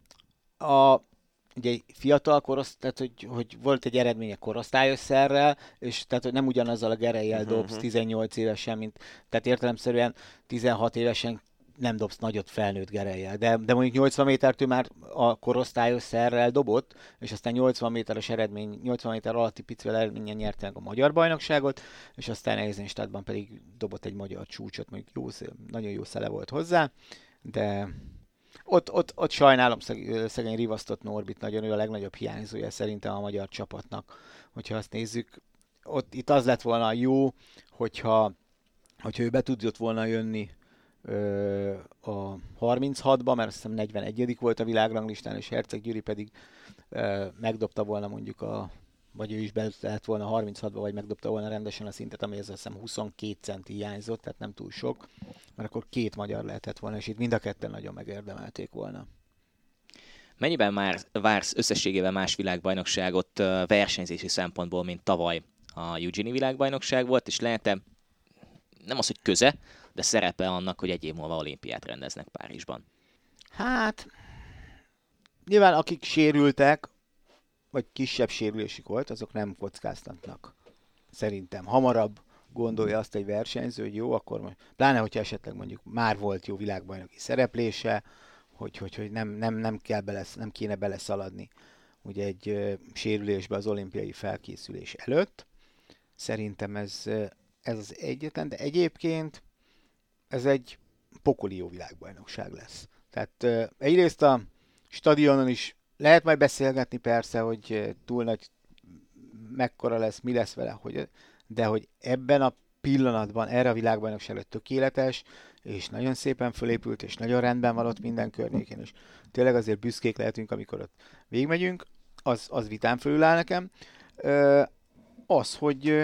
ugye fiatal korosztály, tehát hogy volt egy eredménye korosztályosszerrel, és tehát hogy nem ugyanazzal a gerelyjel dobsz 18 évesen, mint tehát értelemszerűen 16 évesen nem dobsz nagyot felnőtt gerelyjel, de mondjuk 80 métertől már a korosztályos szerrel dobott, és aztán 80 méteres eredmény, 80 méter alatti picivel eredményen nyerte meg a magyar bajnokságot, és aztán Eisenstadtban pedig dobott egy magyar csúcsot, mondjuk nagyon jó szele volt hozzá, de ott sajnálom szegény rivasztott Norbit nagyon, ő a legnagyobb hiányzója szerintem a magyar csapatnak. Hogyha azt nézzük, itt az lett volna jó, hogyha ő be tudott volna jönni a 36-ba, mert azt hiszem 41. volt a világranglistán, és Herceg Gyuri pedig megdobta volna mondjuk vagy ő is be lett volna a 36-ba, vagy megdobta volna rendesen a szintet, ami ez azt hiszem 22 centi hiányzott, tehát nem túl sok, mert akkor 2 magyar lehetett volna, és itt mind a ketten nagyon megérdemelték volna. Mennyiben már vársz összességében más világbajnokságot versenyzési szempontból, mint tavaly a Eugene világbajnokság volt, és lehet-e, nem az, hogy köze, de szerepe annak, hogy egy év múlva olimpiát rendeznek Párizsban? Hát, nyilván akik sérültek, vagy kisebb sérülésük volt, azok nem kockáztatnak. Szerintem hamarabb gondolja azt egy versenyző, hogy jó, akkor most, pláne, hogyha esetleg mondjuk már volt jó világbajnoki szereplése, hogy nem kéne beleszaladni ugye egy sérülésbe az olimpiai felkészülés előtt. Szerintem ez az egyetlen, de egyébként ez egy pokoli jó világbajnokság lesz. Tehát egyrészt a stadionon is lehet majd beszélgetni persze, hogy túl nagy mekkora lesz, mi lesz vele, de hogy ebben a pillanatban erre a világbajnokságra tökéletes, és nagyon szépen fölépült, és nagyon rendben van ott minden környékén, és tényleg azért büszkék lehetünk, amikor ott végigmegyünk, az vitán fölül áll nekem. Az, hogy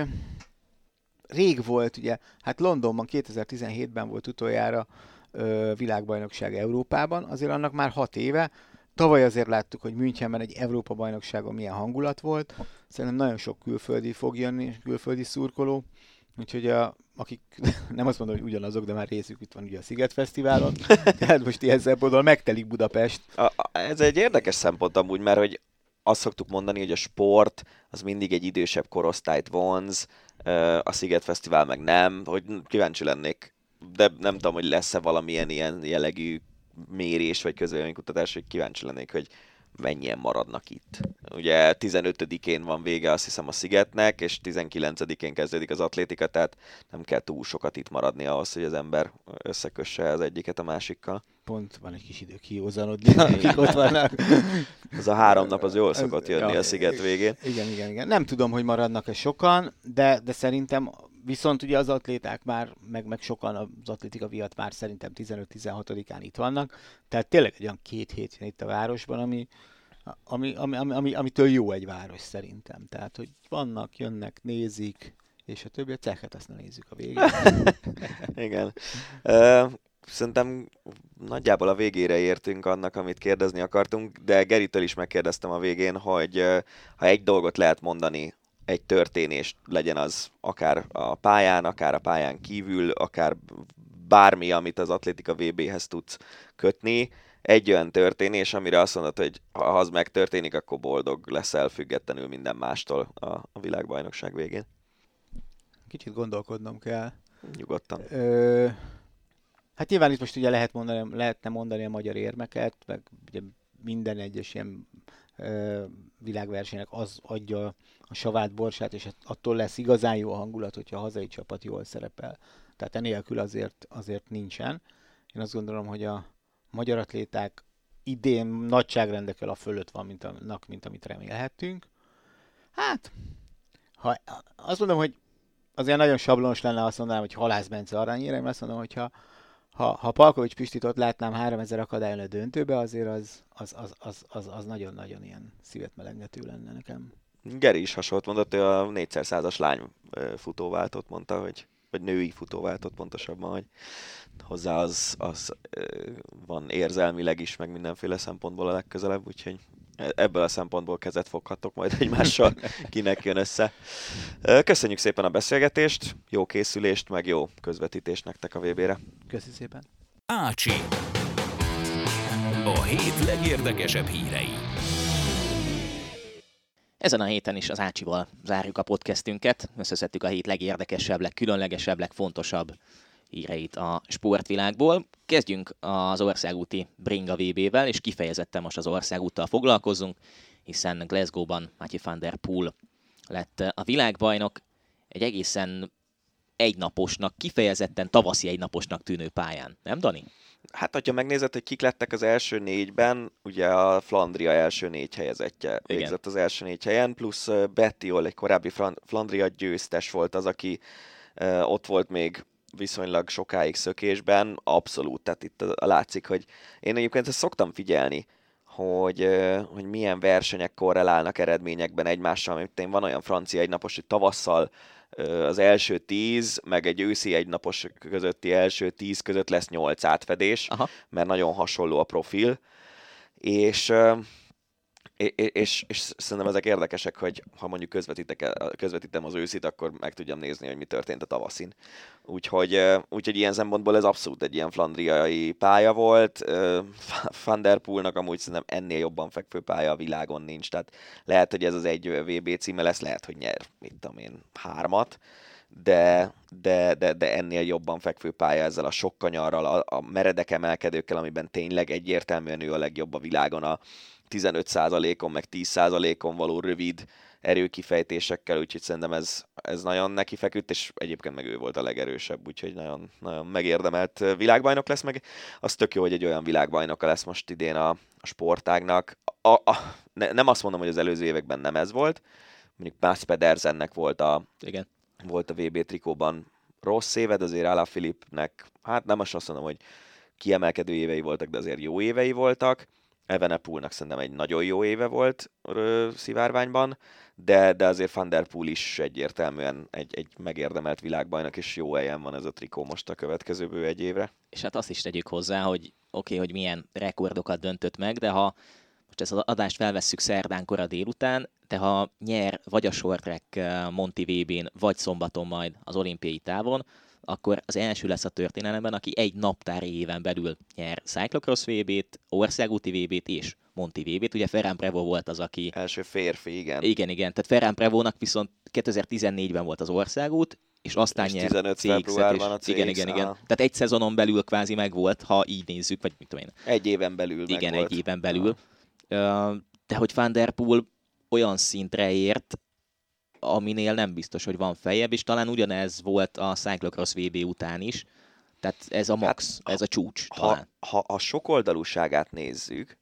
rég volt, ugye, hát Londonban 2017-ben volt utoljára világbajnokság Európában, azért annak már 6 éve. Tavaly azért láttuk, hogy Münchenben egy Európa-bajnokságon milyen hangulat volt. Szerintem nagyon sok külföldi fog jönni, külföldi szurkoló. Úgyhogy akik nem azt mondom, hogy ugyanazok, de már részük itt van ugye a Sziget Fesztiválon. Tehát most ilyen szempontból megtelik Budapest. Ez egy érdekes szempont amúgy, mert hogy azt szoktuk mondani, hogy a sport az mindig egy idősebb korosztályt vonz, a Sziget Fesztivál meg nem, hogy kíváncsi lennék, de nem tudom, hogy lesz-e valamilyen ilyen jellegű mérés vagy közvéleménykutatás, hogy kíváncsi lennék, hogy mennyien maradnak itt. Ugye 15-én van vége, azt hiszem, a Szigetnek, és 19-én kezdődik az atlétika, tehát nem kell túl sokat itt maradni ahhoz, hogy az ember összekösse az egyiket a másikkal. Pont van egy kis idő kiózanodni, akik ott vannak. Az a 3 nap az jól szokott jönni a Sziget végén. Igen. Nem tudom, hogy maradnak-e sokan, de szerintem Viszont ugye az atléták már, meg sokan az atlétika miatt már szerintem 15-16-án itt vannak, tehát tényleg egy olyan 2 hét van itt a városban, amitől jó egy város szerintem. Tehát, hogy vannak, jönnek, nézik, és a többi a cechet azt ne nézzük a végén. Igen. Szerintem nagyjából a végére értünk annak, amit kérdezni akartunk, de Geritől is megkérdeztem a végén, hogy ha egy dolgot lehet mondani, egy történést, legyen az akár a pályán, akár a pályán kívül, akár bármi, amit az atlétika VB-hez tudsz kötni, egy olyan történés, amire azt mondod, hogy ha az megtörténik, akkor boldog leszel függetlenül minden mástól a világbajnokság végén. Kicsit gondolkodnom kell. Nyugodtan. Hát nyilván itt most ugye lehetne mondani a magyar érmeket, meg ugye minden egyes ilyen világversenynek az adja a savát, borsát, és attól lesz igazán jó a hangulat, hogyha a hazai csapat jól szerepel. Tehát enélkül azért nincsen. Én azt gondolom, hogy a magyar atléták idén nagyságrendekkel a fölött van, mint amit remélhettünk. Hát, azt mondom, hogy azért nagyon sablonos lenne azt mondanám, hogy Halász Bence aranyére, én azt mondom, hogy ha Palkovics Pistit ott látnám 3000 akadályon a döntőbe, azért az nagyon-nagyon ilyen szívet melengető lenne nekem. Geri is hasonlót mondott, ő a 4x100-as lány futóváltót mondta, vagy női futóváltót pontosabban, hogy hozzá az van érzelmileg is, meg mindenféle szempontból a legközelebb, úgyhogy ebből a szempontból kezet foghattok majd egymással, kinek jön össze. Köszönjük szépen a beszélgetést, jó készülést, meg jó közvetítést nektek a VB-re. Köszi szépen. Ácsi. A hét legérdekesebb hírei. Ezen a héten is az Ácsival zárjuk a podcastünket. Összeszedtük a hét legérdekesebb, legkülönlegesebb, legfontosabb híreit a sportvilágból. Kezdjünk az országúti Bringa VB-vel, és kifejezetten most az országúttal foglalkozunk, hiszen Glasgow-ban Mathieu van der Poel lett a világbajnok egy egészen egynaposnak, kifejezetten tavaszi egynaposnak tűnő pályán. Nem, Dani? Hát, hogyha megnézed, hogy kik lettek az első 4-ben, ugye a Flandria első 4 helyezettje végzett az első 4 helyen, plusz Bettiol, egy korábbi Flandria győztes volt az, aki ott volt még viszonylag sokáig szökésben, abszolút, tehát itt látszik, hogy én egyébként ezt szoktam figyelni, hogy milyen versenyek korrelálnak eredményekben egymással, mint én van olyan francia egynapos, hogy tavasszal az első 10, meg egy őszi egynapos közötti első 10 között lesz 8 átfedés, mert nagyon hasonló a profil, és szerintem ezek érdekesek, hogy ha mondjuk közvetítem az őszit, akkor meg tudjam nézni, hogy mi történt a tavaszin. Úgyhogy ilyen szempontból ez abszolút egy ilyen flandriai pálya volt. Van der Poelnak amúgy szerintem ennél jobban fekvő pálya a világon nincs. Tehát lehet, hogy ez az egy VB címe lesz, lehet, hogy nyer, mit tudom én, 3-at, de ennél jobban fekvő pálya ezzel a sok kanyarral, a meredek emelkedőkkel, amiben tényleg egyértelműen ő a legjobb a világon, a 15%-on, meg 10%-on való rövid erőkifejtésekkel, úgyhogy szerintem ez nagyon neki feküdt, és egyébként meg ő volt a legerősebb, úgyhogy nagyon, nagyon megérdemelt világbajnok lesz, meg az tök jó, hogy egy olyan világbajnoka lesz most idén a sportágnak. Nem azt mondom, hogy az előző években nem ez volt, mondjuk Mats Pedersennek volt a VB trikóban rossz éve, de azért Alaphilippnek, hát nem azt mondom, hogy kiemelkedő évei voltak, de azért jó évei voltak. Evenepoelnak szerintem egy nagyon jó éve volt szivárványban, de azért Van der Poel is egyértelműen egy megérdemelt világbajnok, és jó helyen van ez a trikó most a következő bő egy évre. És hát azt is tegyük hozzá, hogy hogy milyen rekordokat döntött meg, de ha most ezt az adást felvesszük szerdán kora délután, de ha nyer vagy a short track Monti VB-n, vagy szombaton majd az olimpiai távon, akkor az első lesz a történelemben, aki egy naptári éven belül nyer Cyclocross VB-t, országúti VB-t és Monti VB-t. Ugye Ferran Prevot volt az, aki... Első férfi, igen. Igen. Tehát Ferran Prevotnak viszont 2014-ben volt az országút, és aztán és nyert 15 februárban a CX. Igen. Tehát egy szezonon belül kvázi megvolt, ha így nézzük, vagy mit tudom én. Egy éven belül igen, megvolt. Egy éven belül. De hogy Van der Poel olyan szintre ért, aminél nem biztos, hogy van feljebb, és talán ugyanez volt a Cyclocross VB után is. Tehát ez a max, ez a csúcs talán. Ha a sokoldalúságát nézzük,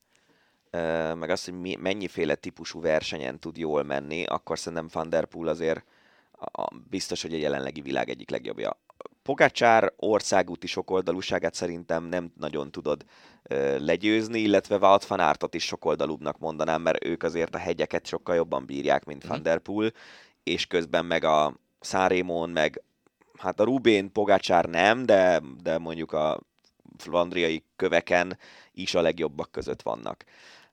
meg azt, hogy mennyiféle típusú versenyen tud jól menni, akkor szerintem Van der Poel azért biztos, hogy a jelenlegi világ egyik legjobbja. Pogačar országúti sokoldalúságát szerintem nem nagyon tudod legyőzni, illetve Wout van Aertot is sokoldalúbbnak mondanám, mert ők azért a hegyeket sokkal jobban bírják, mint Van der Poel, és közben meg a Sanremón, meg hát a Rubén, Pogačar nem, de mondjuk a flandriai köveken is a legjobbak között vannak.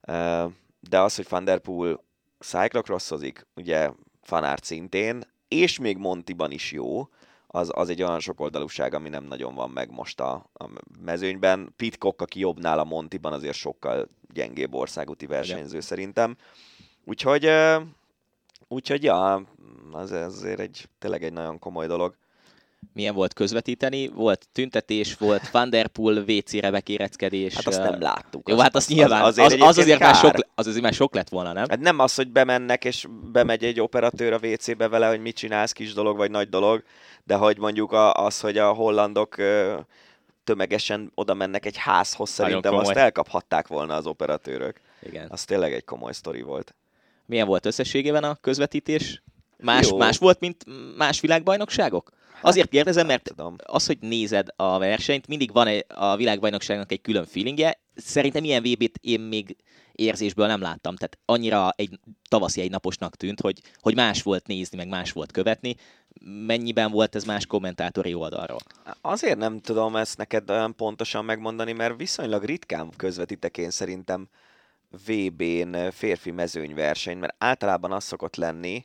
De az, hogy Van der Poel cyclocrossozik, ugye Van Aert szintén, és még Montiban is jó, az egy olyan sokoldalúság, ami nem nagyon van meg most a mezőnyben. Pidcock, aki jobbnál a Montiban, azért sokkal gyengébb országúti versenyző szerintem. Úgyhogy ja, az azért tényleg egy nagyon komoly dolog. Milyen volt közvetíteni? Volt tüntetés, volt Van der Poel WC-re bekéreckedés. Hát azt nem láttuk. Jó, hát azt nyilván, az azért már sok lett volna, nem? Hát nem az, hogy bemennek, és bemegy egy operatőr a WC-be vele, hogy mit csinálsz, kis dolog, vagy nagy dolog, de hogy mondjuk az, hogy a hollandok tömegesen oda mennek egy házhoz, szerintem azt elkaphatták volna az operatőrök. Igen. Az tényleg egy komoly sztori volt. Milyen volt összességében a közvetítés? Más volt, mint más világbajnokságok? Azért kérdezem, mert az, hogy nézed a versenyt, mindig van a világbajnokságnak egy külön feelingje. Szerintem ilyen VB-t én még érzésből nem láttam. Tehát annyira egy tavaszi egynaposnak tűnt, hogy más volt nézni, meg más volt követni. Mennyiben volt ez más kommentátori oldalról? Azért nem tudom ezt neked olyan pontosan megmondani, mert viszonylag ritkán közvetítek én szerintem VB-n férfi mezőnyverseny, mert általában az szokott lenni,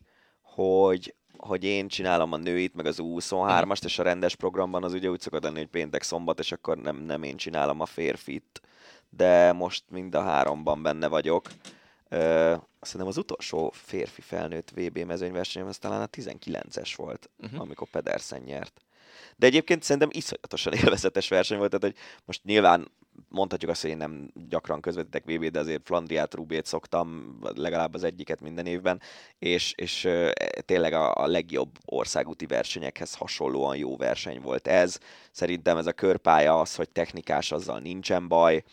hogy én csinálom a nőit, meg az U23-ast, és a rendes programban az ugye úgy szokott lenni, hogy péntek, szombat, és akkor nem én csinálom a férfit, de most mind a háromban benne vagyok. Szerintem az utolsó férfi felnőtt VB mezőnyversenyem az talán a 19-es volt, amikor Pedersen nyert. De egyébként szerintem iszonyatosan élvezetes verseny volt, tehát hogy most nyilván mondhatjuk azt, hogy én nem gyakran közvetítek VB, de azért Flandriát, Rubét szoktam, legalább az egyiket minden évben, és tényleg a legjobb országúti versenyekhez hasonlóan jó verseny volt ez. Szerintem ez a körpálya az, hogy technikás, azzal nincsen baj.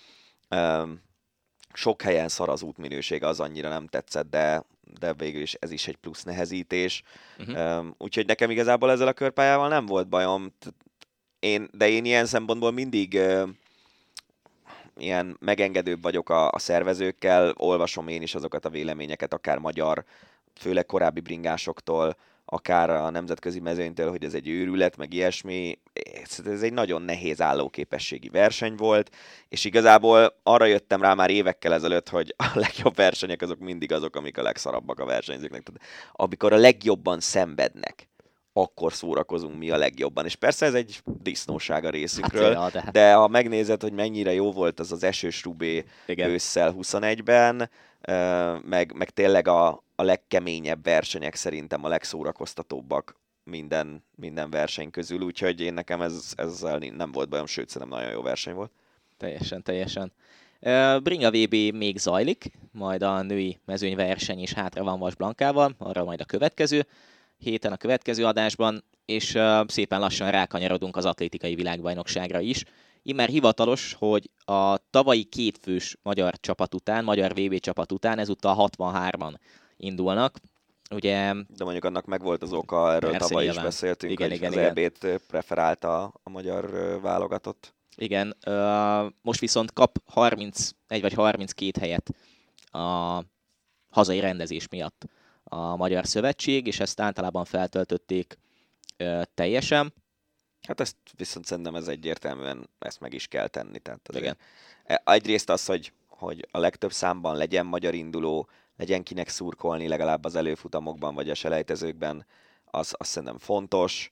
Sok helyen szar az útminősége, az annyira nem tetszett, de végül is ez is egy plusz nehezítés. Úgyhogy nekem igazából ezzel a körpályával nem volt bajom. De én ilyen szempontból mindig ilyen megengedőbb vagyok a szervezőkkel, olvasom én is azokat a véleményeket, akár magyar, főleg korábbi bringásoktól, akár a nemzetközi mezőnytől, hogy ez egy őrület, meg ilyesmi. Ez egy nagyon nehéz állóképességi verseny volt, és igazából arra jöttem rá már évekkel ezelőtt, hogy a legjobb versenyek azok mindig azok, amik a legszarabbak a versenyzőknek. Tehát, amikor a legjobban szenvednek, akkor szórakozunk mi a legjobban. És persze ez egy disznóság a részünkről, de ha megnézed, hogy mennyire jó volt az esős Rubé ősszel 21-ben, meg tényleg a legkeményebb versenyek szerintem a legszórakoztatóbbak minden verseny közül, úgyhogy én nekem ezzel nem volt bajom, sőt, szerintem nagyon jó verseny volt. Teljesen. Bringa VB még zajlik, majd a női mezőnyverseny is hátra van Vas Blankával, arra majd a következő héten, a következő adásban, és szépen lassan rákanyarodunk az atlétikai világbajnokságra is. Immár hivatalos, hogy a tavalyi kétfős magyar csapat után, magyar VB csapat után ezúttal 63-an indulnak. Ugye, de mondjuk annak megvolt az oka, erről tavaly is beszéltünk, hogy az EB-t preferálta a magyar válogatott. Igen, most viszont kap 31 vagy 32 helyet a hazai rendezés miatt a Magyar Szövetség, és ezt általában feltöltötték teljesen. Hát ezt viszont szerintem ez egyértelműen ezt meg is kell tenni. Tehát igen. Egyrészt az, hogy a legtöbb számban legyen magyar induló, legyen kinek szurkolni legalább az előfutamokban vagy a selejtezőkben, az szerintem fontos.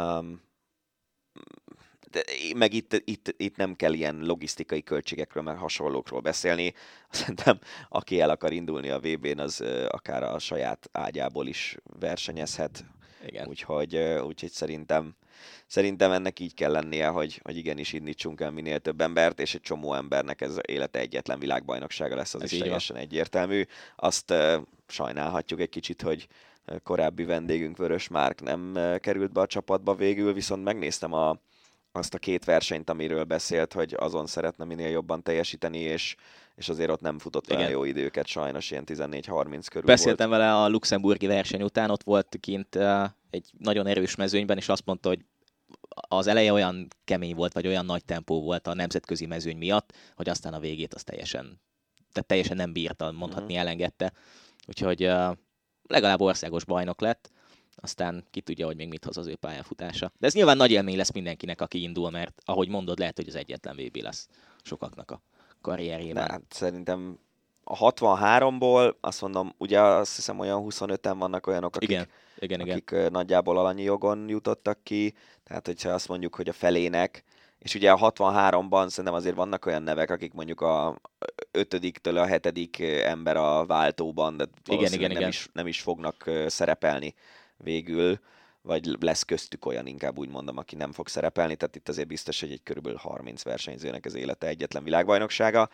De meg itt nem kell ilyen logisztikai költségekről, meg hasonlókról beszélni. Szerintem aki el akar indulni a VB-n, az akár a saját ágyából is versenyezhet. Igen. Úgyhogy szerintem ennek így kell lennie, hogy igenis indítsunk el minél több embert, és egy csomó embernek ez élete egyetlen világbajnoksága lesz, az ez is teljesen egyértelmű. Azt sajnálhatjuk egy kicsit, hogy korábbi vendégünk Vörös Márk nem került be a csapatba végül, viszont megnéztem a azt a két versenyt, amiről beszélt, hogy azon szeretne minél jobban teljesíteni, és azért ott nem futott olyan jó időket, sajnos ilyen 14-30 körül Beszéltem vele a luxemburgi verseny után, ott volt kint egy nagyon erős mezőnyben, és azt mondta, hogy az eleje olyan kemény volt, vagy olyan nagy tempó volt a nemzetközi mezőny miatt, hogy aztán a végét az teljesen nem bírta, mondhatni, elengedte. Úgyhogy legalább országos bajnok lett, aztán ki tudja, hogy még mit hoz az ő pályafutása. De ez nyilván nagy élmény lesz mindenkinek, aki indul, mert ahogy mondod, lehet, hogy az egyetlen VB lesz sokaknak a karrierjében. Hát szerintem a 63-ból azt mondom, ugye azt hiszem olyan 25-en vannak olyanok, akik nagyjából alanyi jogon jutottak ki, tehát hogyha azt mondjuk, hogy a felének, és ugye a 63-ban szerintem azért vannak olyan nevek, akik mondjuk a 5-től a 7. ember a váltóban, de valószínűleg nem is fognak szerepelni végül, vagy lesz köztük olyan, inkább úgy mondom, aki nem fog szerepelni, tehát itt azért biztos, hogy egy körülbelül 30 versenyzőnek az élete egyetlen világbajnoksága,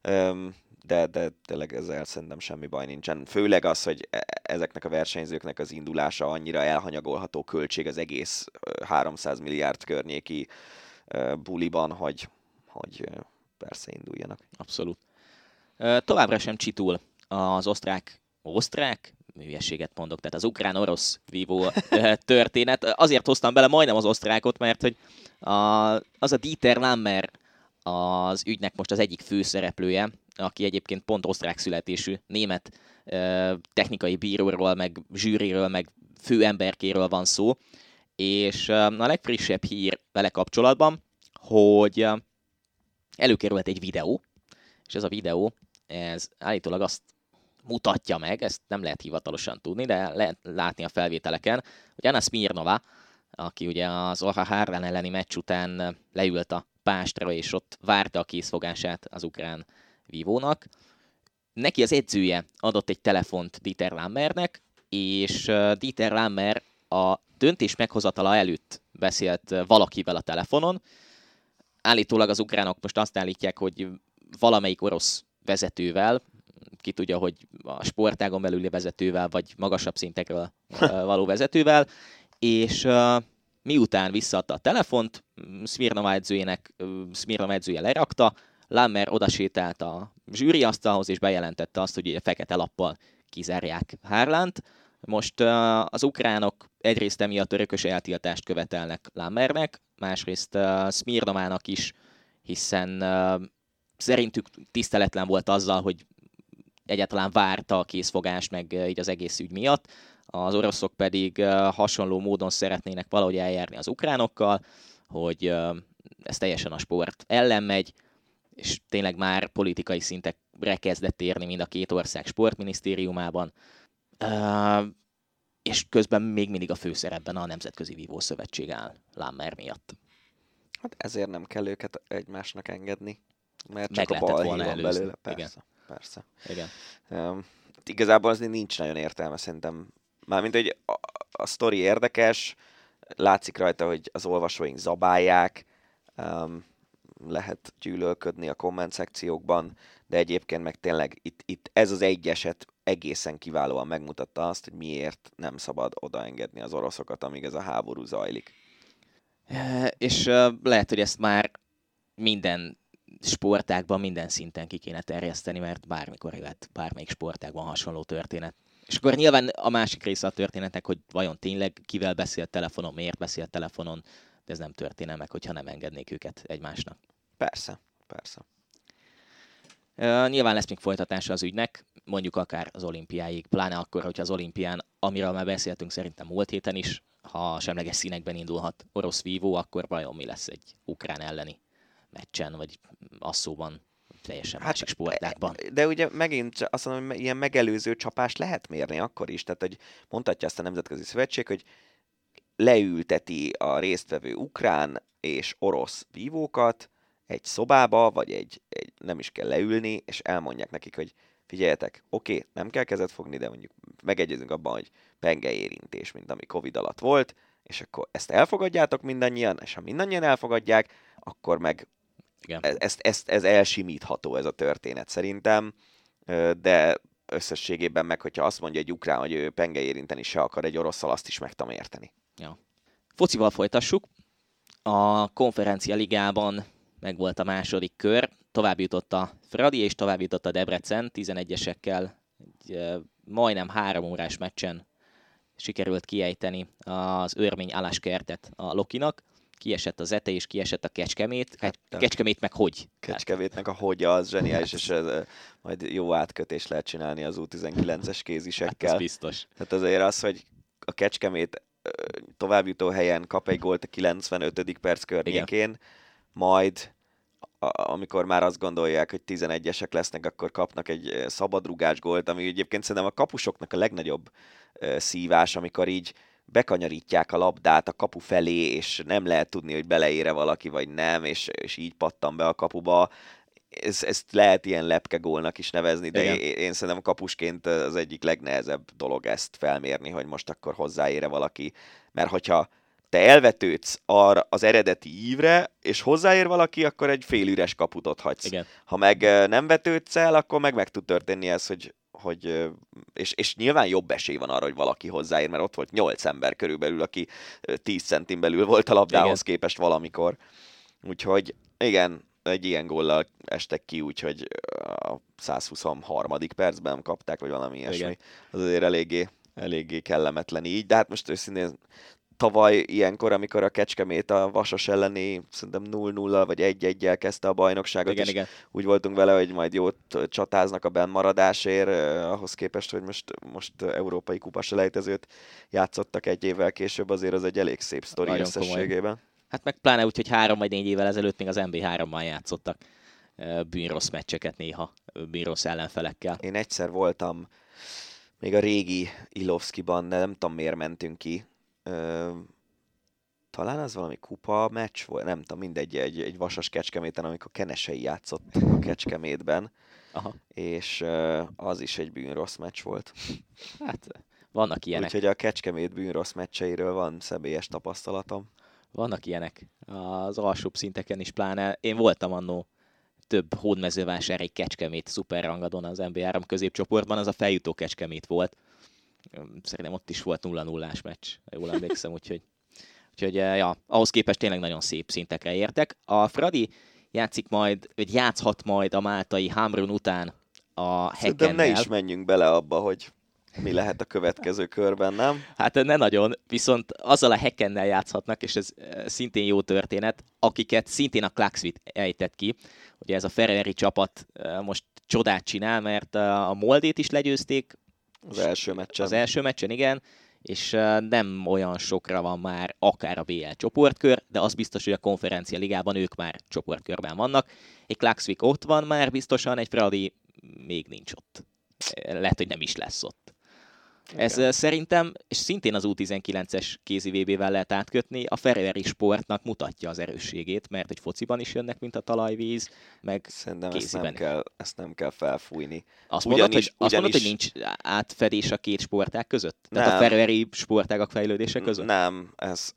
de tényleg ezzel szerintem semmi baj nincsen. Főleg az, hogy ezeknek a versenyzőknek az indulása annyira elhanyagolható költség az egész 300 milliárd környéki buliban, hogy persze induljanak. Abszolút. Továbbra sem csitul az osztrák, hülyeséget mondok, tehát az ukrán-orosz vívó történet. Azért hoztam bele majdnem az osztrákot, mert hogy az a Dieter Lammer az ügynek most az egyik főszereplője, aki egyébként pont osztrák születésű, német technikai bíróról, meg zsűriről, meg főemberkéről van szó, és a legfrissebb hír vele kapcsolatban, hogy előkerült egy videó, és ez a videó, ez állítólag azt mutatja meg, ezt nem lehet hivatalosan tudni, de lehet látni a felvételeken, hogy Anna Smirnova, aki ugye az Orha Harlan elleni meccs után leült a pástra, és ott várta a készfogását az ukrán vívónak. Neki az edzője adott egy telefont Dieter Lammernek, és Dieter Lammer a döntés meghozatala előtt beszélt valakivel a telefonon. Állítólag az ukránok most azt állítják, hogy valamelyik orosz vezetővel, ki tudja, hogy a sportágon belüli vezetővel, vagy magasabb szintekről való vezetővel, és miután visszaadta a telefont, Smirnova edzője lerakta, Lammer odasétált a zsűriasztalhoz, és bejelentette azt, hogy a fekete lappal kizárják Harlant. Most az ukránok egyrészt emiatt örökös eltiltást követelnek Lammernek, másrészt Smirnovának is, hiszen szerintük tiszteletlen volt azzal, hogy egyáltalán várta a készfogást, meg így az egész ügy miatt. Az oroszok pedig hasonló módon szeretnének valahogy eljárni az ukránokkal, hogy ez teljesen a sport ellen megy, és tényleg már politikai szintekre kezdett érni mind a két ország sportminisztériumában, és közben még mindig a főszerepben a Nemzetközi Vívószövetség áll Lammer miatt. Hát ezért nem kell őket egymásnak engedni, mert meg csak a bal van előzni. belőle. Persze. Igen. Igazából azért nincs nagyon értelme szerintem. Mármint, hogy a sztori érdekes, látszik rajta, hogy az olvasóink zabálják, lehet gyűlölködni a komment szekciókban, de egyébként meg tényleg itt ez az egy eset egészen kiválóan megmutatta azt, hogy miért nem szabad odaengedni az oroszokat, amíg ez a háború zajlik. És lehet, hogy ezt már minden sportágban, minden szinten ki kéne terjeszteni, mert bármikor lehet bármelyik sportágban hasonló történet. És akkor nyilván a másik része a történetnek, hogy vajon tényleg kivel beszél telefonon, miért beszél telefonon, de ez nem történne meg, hogyha nem engednék őket egymásnak. Persze. Nyilván lesz még folytatása az ügynek, mondjuk akár az olimpiáig, pláne akkor, hogyha az olimpián, amiről már beszéltünk szerintem múlt héten is, ha semleges színekben indulhat orosz vívó, akkor vajon mi lesz egy ukrán elleni meccsen, vagy asszóban, teljesen másik sportákban. De ugye megint azt mondom, hogy ilyen megelőző csapást lehet mérni akkor is, tehát hogy mondhatja azt a Nemzetközi Szövetség, hogy leülteti a résztvevő ukrán és orosz vívókat egy szobába, vagy egy nem is kell leülni, és elmondják nekik, hogy figyeljetek, oké, nem kell kezet fogni, de mondjuk megegyezünk abban, hogy pengeérintés, mint ami Covid alatt volt, és akkor ezt elfogadjátok mindannyian, és ha mindannyian elfogadják, akkor meg ez elsimítható ez a történet szerintem, de összességében meg, hogyha azt mondja egy ukrán, hogy ő pengeérinteni se akar egy orosszal, azt is meg tudom érteni. Ja. Focival folytassuk. A Konferencia Ligában megvolt a második kör, tovább jutott a Fradi és tovább jutott a Debrecen 11-esekkel, majdnem 3 órás meccsen sikerült kiejteni az örmény Alaskertet a Lokinak. Kiesett az Zete és kiesett a Kecskemét. Kecskemét meg hogy? Kecskemétnek a hogyja az zseniális, és ez, majd jó átkötés lehet csinálni az U19-es kézisekkel. Hát ez biztos. Tehát azért az, hogy a Kecskemét továbbjutó helyen kap egy gólt a 95. perc környékén, igen. Majd amikor már azt gondolják, hogy 11-esek lesznek, akkor kapnak egy szabadrugás gólt, ami egyébként szerintem a kapusoknak a legnagyobb szívás, amikor így bekanyarítják a labdát a kapu felé, és nem lehet tudni, hogy beleére valaki, vagy nem, és így pattan be a kapuba. Ezt lehet ilyen lepkególnak is nevezni, de én szerintem kapusként az egyik legnehezebb dolog ezt felmérni, hogy most akkor hozzáére valaki. Mert hogyha te elvetődsz arra az eredeti ívre, és hozzáér valaki, akkor egy félüres kaput ott hagysz. Igen. Ha meg nem vetődsz el, akkor meg tud történni ez, és nyilván jobb esély van arra, hogy valaki hozzáér, mert ott volt 8 ember körülbelül, aki 10 centin belül volt a labdához képest valamikor. Úgyhogy igen, egy ilyen góllal estek ki, úgyhogy a 123. percben kapták, vagy valami ilyesmi. Az azért eléggé kellemetlen így, de hát most őszintén tavaly ilyenkor, amikor a Kecskemét a Vasas elleni szerintem 0-0 vagy 1-1-jel kezdte a bajnokságot, igen. Úgy voltunk vele, hogy majd jót csatáznak a bennmaradásért, ahhoz képest, hogy most európai kupaselejtezőt játszottak egy évvel később, azért az egy elég szép sztori összességében. Hát meg pláne úgy, hogy 3 vagy 4 évvel ezelőtt még az MB3-mal játszottak bűnrossz meccseket néha, bűnrossz ellenfelekkel. Én egyszer voltam még a régi Ilovszkiban, de nem tudom miért mentünk ki. Talán az valami kupa meccs volt, nem tudom, mindegy, egy Vasas Kecskeméten, amikor Kenesei játszott a Kecskemétben, aha. És az is egy bűnrossz meccs volt. Hát vannak ilyenek. Úgyhogy a Kecskemét bűnrossz meccseiről van személyes tapasztalatom. Vannak ilyenek. Az alsóbb szinteken is pláne. Én voltam annó több Hódmezővásári Kecskemét szuperrangadon az MB3 középcsoportban, az a feljutó Kecskemét volt. Szerintem ott is volt 0-0-ás meccs, jól emlékszem, úgyhogy ja, ahhoz képest tényleg nagyon szép szintekre értek. A Fradi játszhat majd a máltai Hamrun után a Hackennel. Szerintem ne is menjünk bele abba, hogy mi lehet a következő körben, nem? Hát ne nagyon, viszont azzal a Hackennel játszhatnak, és ez szintén jó történet, akiket szintén a Klaxvik ejtett ki. Ugye ez a Ferrari csapat most csodát csinál, mert a Moldét is legyőzték, az első meccsen, igen, és nem olyan sokra van már akár a BL csoportkör, de az biztos, hogy a Konferencia Ligában ők már csoportkörben vannak. Egy Klaxvik ott van már biztosan, egy Fradi még nincs ott. Lehet, hogy nem is lesz ott. Igen. Ez szerintem, és szintén az U19-es kézi VB-vel lehet átkötni, a Ferrari sportnak mutatja az erősségét, mert egy fociban is jönnek, mint a talajvíz, meg szerintem kéziben. Ezt nem kell felfújni. Azt mondod, hogy nincs átfedés a két sportág között? Tehát nem. A Ferrari sportágak fejlődése között? Nem,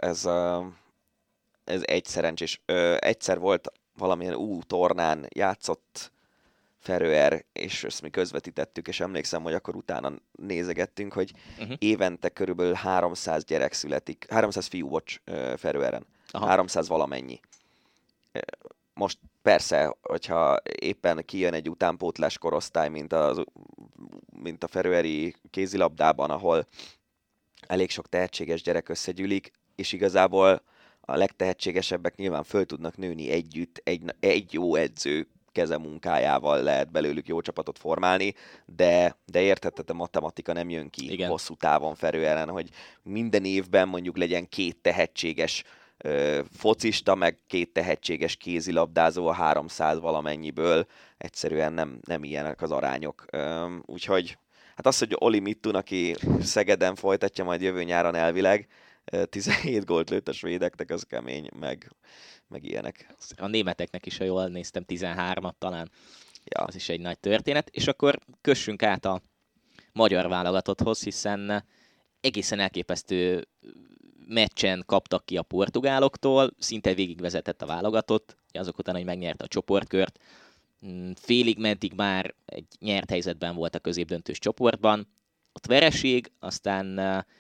ez egy szerencsés. Egyszer volt valamilyen tornán játszott Feröer, és ezt mi közvetítettük, és emlékszem, hogy akkor utána nézegettünk, hogy évente körülbelül 300 gyerek születik, 300 fiú, Feröeren. 300 valamennyi. Most persze, hogyha éppen kijön egy utánpótlás korosztály, mint a feröeri kézilabdában, ahol elég sok tehetséges gyerek összegyűlik, és igazából a legtehetségesebbek nyilván föl tudnak nőni együtt, egy jó edző kezemunkájával lehet belőlük jó csapatot formálni, de érted, a matematika nem jön ki. Igen. Hosszú távon Feröeren, hogy minden évben mondjuk legyen 2 tehetséges focista, meg 2 tehetséges kézilabdázó a 300 valamennyiből. Egyszerűen nem ilyenek az arányok. Úgyhogy hát az, hogy Oli Mittun, aki Szegeden folytatja majd jövő nyáron elvileg, 17 gólt lőtt a svédeknek, az kemény, meg ilyenek. A németeknek is, ha jól néztem, 13-at talán. Ja. Az is egy nagy történet. És akkor kössünk át a magyar válogatotthoz, hiszen egészen elképesztő meccsen kaptak ki a portugáloktól, szinte végigvezetett a válogatott, azok után, hogy megnyerte a csoportkört. Félig meddig már egy nyert helyzetben volt a középdöntős csoportban. Ott vereség, aztán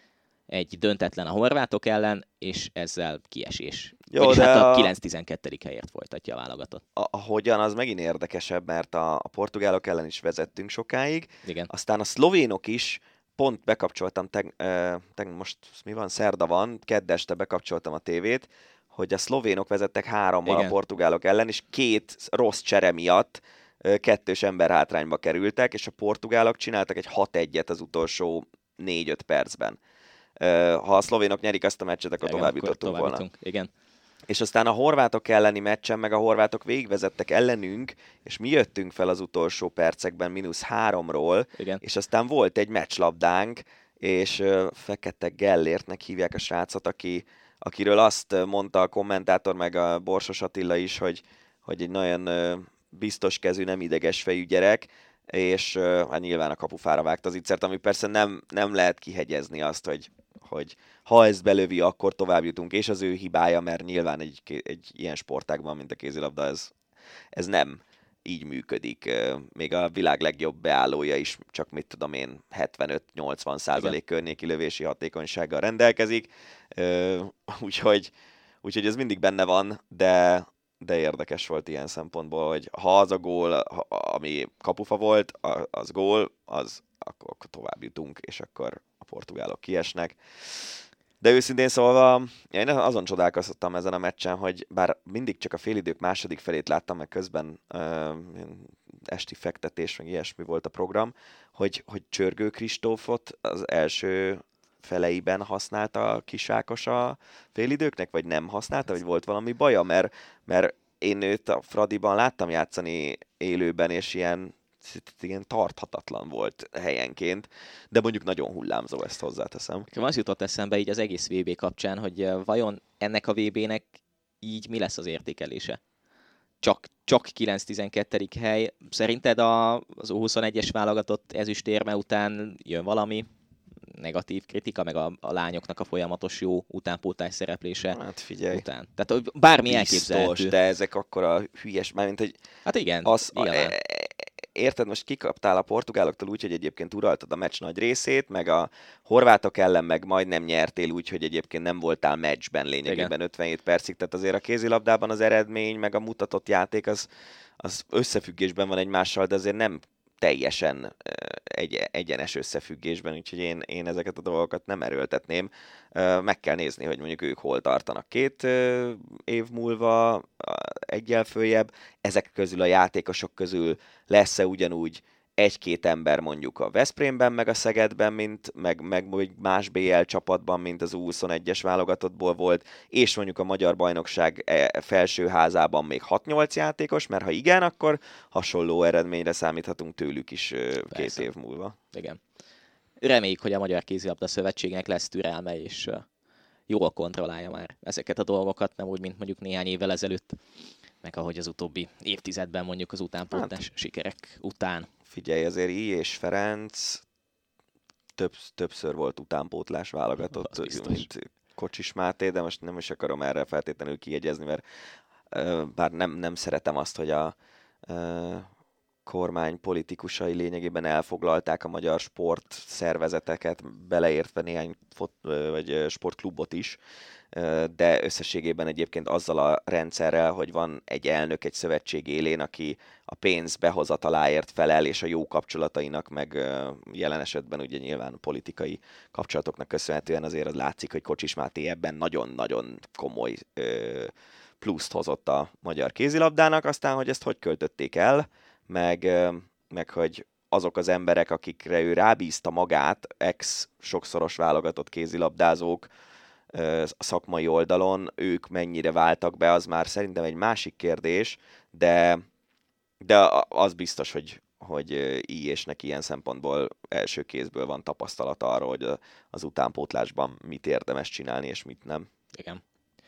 egy döntetlen a horvátok ellen, és ezzel kiesés. Jó, vagyis de hát a 9-12. helyért folytatja a válogatott. Hogyan, az megint érdekesebb, mert a portugálok ellen is vezettünk sokáig, Igen. aztán a szlovénok is, pont bekapcsoltam, most mi van, szerda van, kedd este bekapcsoltam a tévét, hogy a szlovénok vezettek 3-mal a portugálok ellen, és 2 rossz csere miatt 2-s emberhátrányba kerültek, és a portugálok csináltak egy 6-1-et az utolsó 4-5 percben. Ha a szlovénok nyerik azt a meccset, akkor tovább jutottunk volna. Igen. És aztán a horvátok elleni meccsen, meg a horvátok végigvezettek ellenünk, és mi jöttünk fel az utolsó percekben -3-ról, és aztán volt egy meccslabdánk, és Fekete Gellértnek hívják a srácot, akiről azt mondta a kommentátor, meg a Borsos Attila is, hogy egy nagyon biztos kezű, nem ideges fejű gyerek, és hát nyilván a kapufára vágta az ittszert, ami persze nem lehet kihegyezni azt, hogy ha ezt belövi, akkor tovább jutunk, és az ő hibája, mert nyilván egy ilyen sportágban, mint a kézilabda, ez nem így működik. Még a világ legjobb beállója is csak, mit tudom én, 75-80% környéki lövési hatékonysággal rendelkezik, úgyhogy ez mindig benne van, de érdekes volt ilyen szempontból, hogy ha az a gól, ami kapufa volt, az gól, akkor tovább jutunk, és akkor a portugálok kiesnek. De őszintén szólva, én azon csodálkoztattam ezen a meccsen, hogy bár mindig csak a félidők második felét láttam, meg közben esti fektetés, meg ilyesmi volt a program, hogy Csörgő Kristófot az első feleiben használta a Kisákos a félidőknek, vagy nem használta, vagy volt valami baja, mert én őt a Fradiban láttam játszani élőben, és ilyen tarthatatlan volt helyenként, de mondjuk nagyon hullámzó, ezt hozzáteszem. Nekem az jutott eszembe így az egész VB kapcsán, hogy vajon ennek a VB-nek így mi lesz az értékelése? Csak 9-12. hely. Szerinted az U21-es válogatott ezüstérme után jön valami negatív kritika, meg a lányoknak a folyamatos jó utánpótlás szereplése hát figyelj, után? Tehát bármi elképzelhető. De ezek akkora hülyes, mármint, hogy hát igen, érted, most kikaptál a portugáloktól úgy, hogy egyébként uraltad a meccs nagy részét, meg a horvátok ellen meg majdnem nyertél úgy, hogy egyébként nem voltál meccsben lényegében 57 percig, tehát azért a kézilabdában az eredmény, meg a mutatott játék az összefüggésben van egymással, de azért nem teljesen egyenes összefüggésben, úgyhogy én ezeket a dolgokat nem erőltetném. Meg kell nézni, hogy mondjuk ők hol tartanak 2 év múlva, egyel följebb. Ezek közül a játékosok közül lesz-e ugyanúgy 1-2 ember mondjuk a Veszprémben, meg a Szegedben, meg más BL csapatban, mint az U21-es válogatottból volt, és mondjuk a Magyar Bajnokság felsőházában még 6-8 játékos, mert ha igen, akkor hasonló eredményre számíthatunk tőlük is 2 év múlva. Igen. Reméljük, hogy a Magyar Kézilabda Szövetségnek lesz türelme, és jól kontrollálja már ezeket a dolgokat, nem úgy, mint mondjuk néhány évvel ezelőtt, meg ahogy az utóbbi évtizedben mondjuk az utánpótlás sikerek után. Figyelj, azért I. és Ferenc többször volt utánpótlás válogatott, mint Kocsis Máté, de most nem is akarom erre feltétlenül kijegyezni, mert bár nem szeretem azt, hogy a kormány politikusai lényegében elfoglalták a magyar sportszervezeteket, beleértve néhány vagy sportklubot is, de összességében egyébként azzal a rendszerrel, hogy van egy elnök egy szövetség élén, aki a pénz behozataláért felel, és a jó kapcsolatainak, meg jelen esetben ugye nyilván a politikai kapcsolatoknak köszönhetően azért látszik, hogy Kocsis Máté ebben nagyon-nagyon komoly pluszt hozott a magyar kézilabdának, aztán, hogy ezt hogy költötték el, meg hogy azok az emberek, akikre ő rábízta magát, sokszoros válogatott kézilabdázók a szakmai oldalon, ők mennyire váltak be, az már szerintem egy másik kérdés, de az biztos, hogy I.S.nek ilyen szempontból első kézből van tapasztalata arról, hogy az utánpótlásban mit érdemes csinálni, és mit nem. Igen.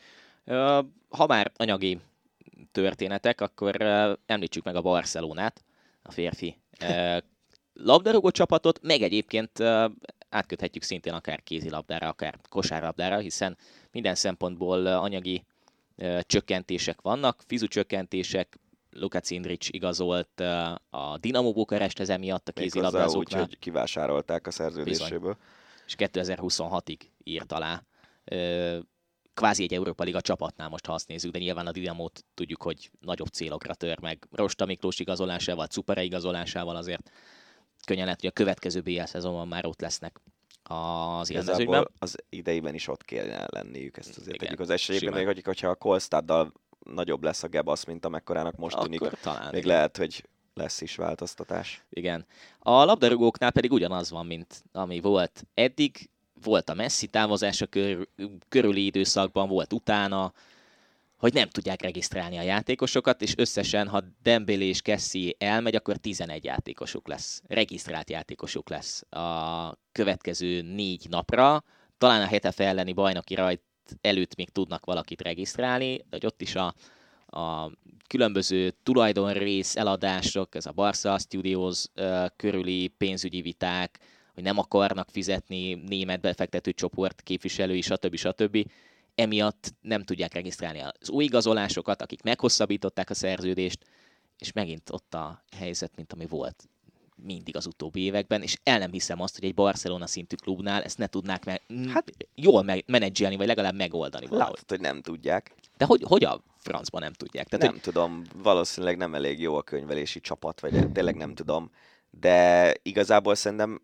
Ha már anyagi történetek, akkor említsük meg a Barcelonát, a férfi labdarúgó csapatot, meg egyébként átköthetjük szintén akár kézilabdára, akár kosárlabdára, hiszen minden szempontból anyagi csökkentések vannak, fizucsökkentések, Luka Cindric igazolt a Dinamo Bukarest ezen miatt a kézilabdázóknál. Úgy, hogy kivásárolták a szerződéséből. és 2026-ig írt alá. Kvázi egy Európa Liga csapatnál most, ha azt nézzük, de nyilván a Dinamót tudjuk, hogy nagyobb célokra tör meg. Rosta Miklós igazolásával, Cupara igazolásával azért könnyen lehet, hogy a következő BL szezonban már ott lesznek az élmezőnyben. Az idejében is ott kellene lenniük, ezt azért tegyük az simán. esélyében, hogyha a Kolstaddal nagyobb lesz a gebasz, mint amekkorának most tűnik, talán, még lehet, hogy lesz is változtatás. Igen. A labdarúgóknál pedig ugyanaz van, mint ami volt eddig. Volt a Messi távozása körüli időszakban, volt utána, hogy nem tudják regisztrálni a játékosokat, és összesen, ha Dembélé és Kessie elmegy, akkor 11 játékosuk lesz, regisztrált játékosuk lesz a következő 4 napra. Talán a Hetafe elleni bajnoki rajt előtt még tudnak valakit regisztrálni, de hogy ott is a különböző tulajdonrész eladások, ez a Barca Studios körüli pénzügyi viták, hogy nem akarnak fizetni német befektető csoport képviselői, stb. Emiatt nem tudják regisztrálni az új igazolásokat, akik meghosszabbították a szerződést, és megint ott a helyzet, mint ami volt mindig az utóbbi években, és el nem hiszem azt, hogy egy Barcelona szintű klubnál ezt ne tudnák jól menedzselni, vagy legalább megoldani valahogy. Látod, hogy nem tudják. De hogy a francban nem tudják? Tehát, nem tudom, valószínűleg nem elég jó a könyvelési csapat, vagy tényleg nem tudom, de igazából szerintem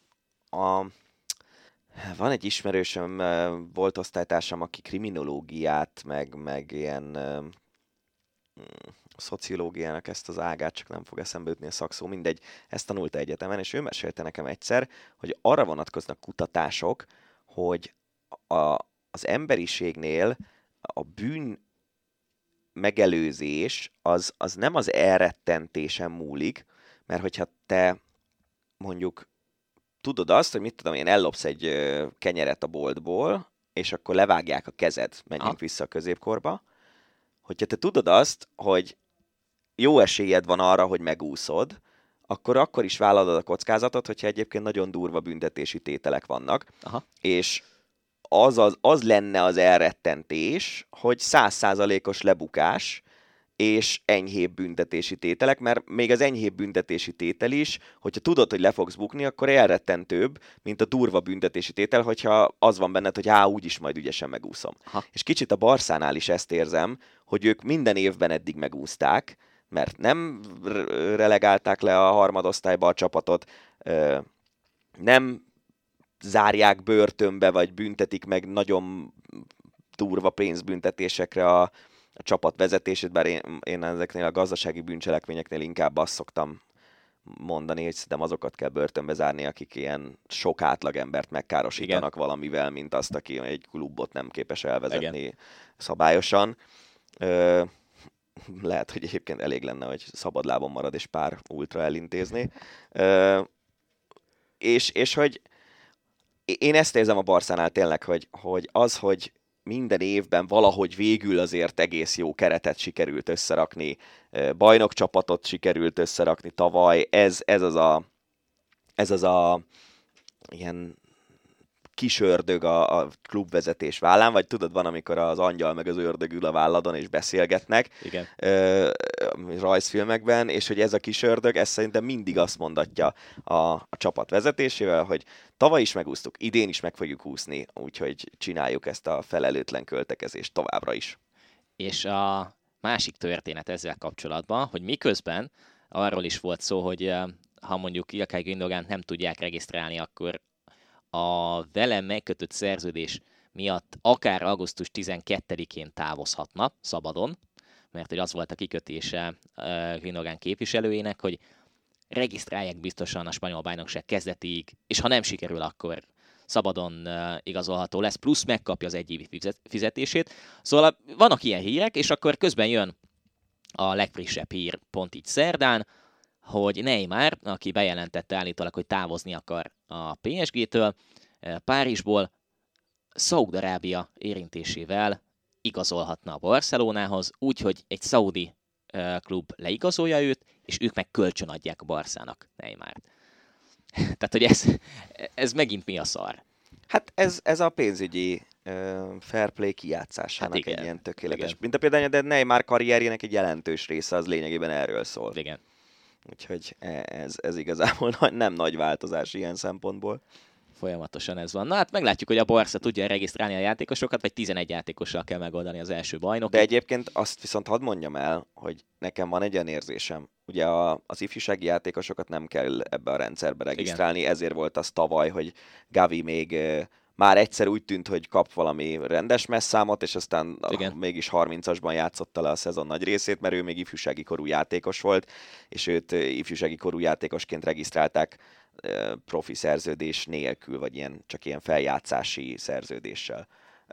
van egy ismerősöm, volt osztálytársam, aki kriminológiát, meg ilyen szociológiának ezt az ágát, csak nem fog eszembe jutni a szakszó, mindegy, ezt tanulta egyetemen, és ő mesélte nekem egyszer, hogy arra vonatkoznak kutatások, hogy az emberiségnél a bűn megelőzés az nem az elrettentésen múlik, mert hogyha te mondjuk tudod azt, hogy mit tudom én, ellopsz egy kenyeret a boltból, és akkor levágják a kezed, menjünk vissza a középkorba, hogyha te tudod azt, hogy jó esélyed van arra, hogy megúszod, akkor is vállalod a kockázatot, hogyha egyébként nagyon durva büntetési tételek vannak. Aha. És az lenne az elrettentés, hogy 100%-os lebukás, és enyhébb büntetési tételek, mert még az enyhébb büntetési tétel is, hogyha tudod, hogy le fogsz bukni, akkor elrettentőbb, mint a durva büntetési tétel, hogyha az van benned, hogy úgyis majd ügyesen megúszom. Aha. És kicsit a Barszánál is ezt érzem, hogy ők minden évben eddig megúszták, mert nem relegálták le a harmadosztályba a csapatot, nem zárják börtönbe, vagy büntetik meg nagyon durva pénzbüntetésekre a csapat vezetését, bár én ezeknél a gazdasági bűncselekményeknél inkább azt szoktam mondani, hogy szerintem azokat kell börtönbe zárni, akik ilyen sok átlagembert megkárosítanak valamivel, mint azt, aki egy klubot nem képes elvezetni szabályosan. Lehet, hogy egyébként elég lenne, hogy szabadlábon marad és pár ultra elintézni. És hogy én ezt érzem a Barszánál tényleg, hogy minden évben valahogy végül azért egész jó keretet sikerült összerakni, bajnokcsapatot sikerült összerakni tavaly, ez az a ilyen kis ördög a klubvezetés vállán, vagy tudod, van, amikor az angyal meg az ördög ül a válladon és beszélgetnek. Igen. Rajzfilmekben, és hogy ez a kis ördög, ez szerintem mindig azt mondatja a csapat vezetésével, hogy tavaly is megúsztuk, idén is meg fogjuk úszni, úgyhogy csináljuk ezt a felelőtlen költekezést továbbra is. És a másik történet ezzel kapcsolatban, hogy miközben arról is volt szó, hogy ha mondjuk Ilkay Gündogánt nem tudják regisztrálni, akkor a velem megkötött szerződés miatt akár augusztus 12-én távozhatna szabadon, mert hogy az volt a kikötése Gündogán képviselőjének, hogy regisztrálják biztosan a spanyol bajnokság kezdetig, és ha nem sikerül, akkor szabadon igazolható lesz, plusz megkapja az egyévi fizetését. Szóval vannak ilyen hírek, és akkor közben jön a legfrissebb hír pont így szerdán, hogy Neymar, aki bejelentette állítólag, hogy távozni akar a PSG-től, Párizsból, Szaúd-Arábia érintésével igazolhatna a Barcelonához, úgyhogy egy szaudi klub leigazolja őt, és ők meg kölcsönadják a Barszának Neymart. Tehát, hogy ez megint mi a szar? Hát ez a pénzügyi fair play kijátszásának egy ilyen tökéletes. Igen. Mint a például, de Neymar karrierjének egy jelentős része az lényegében erről szól. Igen. Úgyhogy ez igazából nem nagy változás ilyen szempontból. Folyamatosan ez van. Na hát meglátjuk, hogy a Barca tudja regisztrálni a játékosokat, vagy 11 játékossal kell megoldani az első bajnokot. De egyébként azt viszont hadd mondjam el, hogy nekem van egy olyan érzésem, ugye az ifjúsági játékosokat nem kell ebbe a rendszerbe regisztrálni, igen. Ezért volt az tavaly, hogy Gavi még már egyszer úgy tűnt, hogy kap valami rendes messzámot, és aztán mégis 30-asban játszotta le a szezon nagy részét, mert ő még ifjúsági korú játékos volt, és őt ifjúsági korú játékosként regisztrálták profi szerződés nélkül, vagy csak ilyen feljátszási szerződéssel.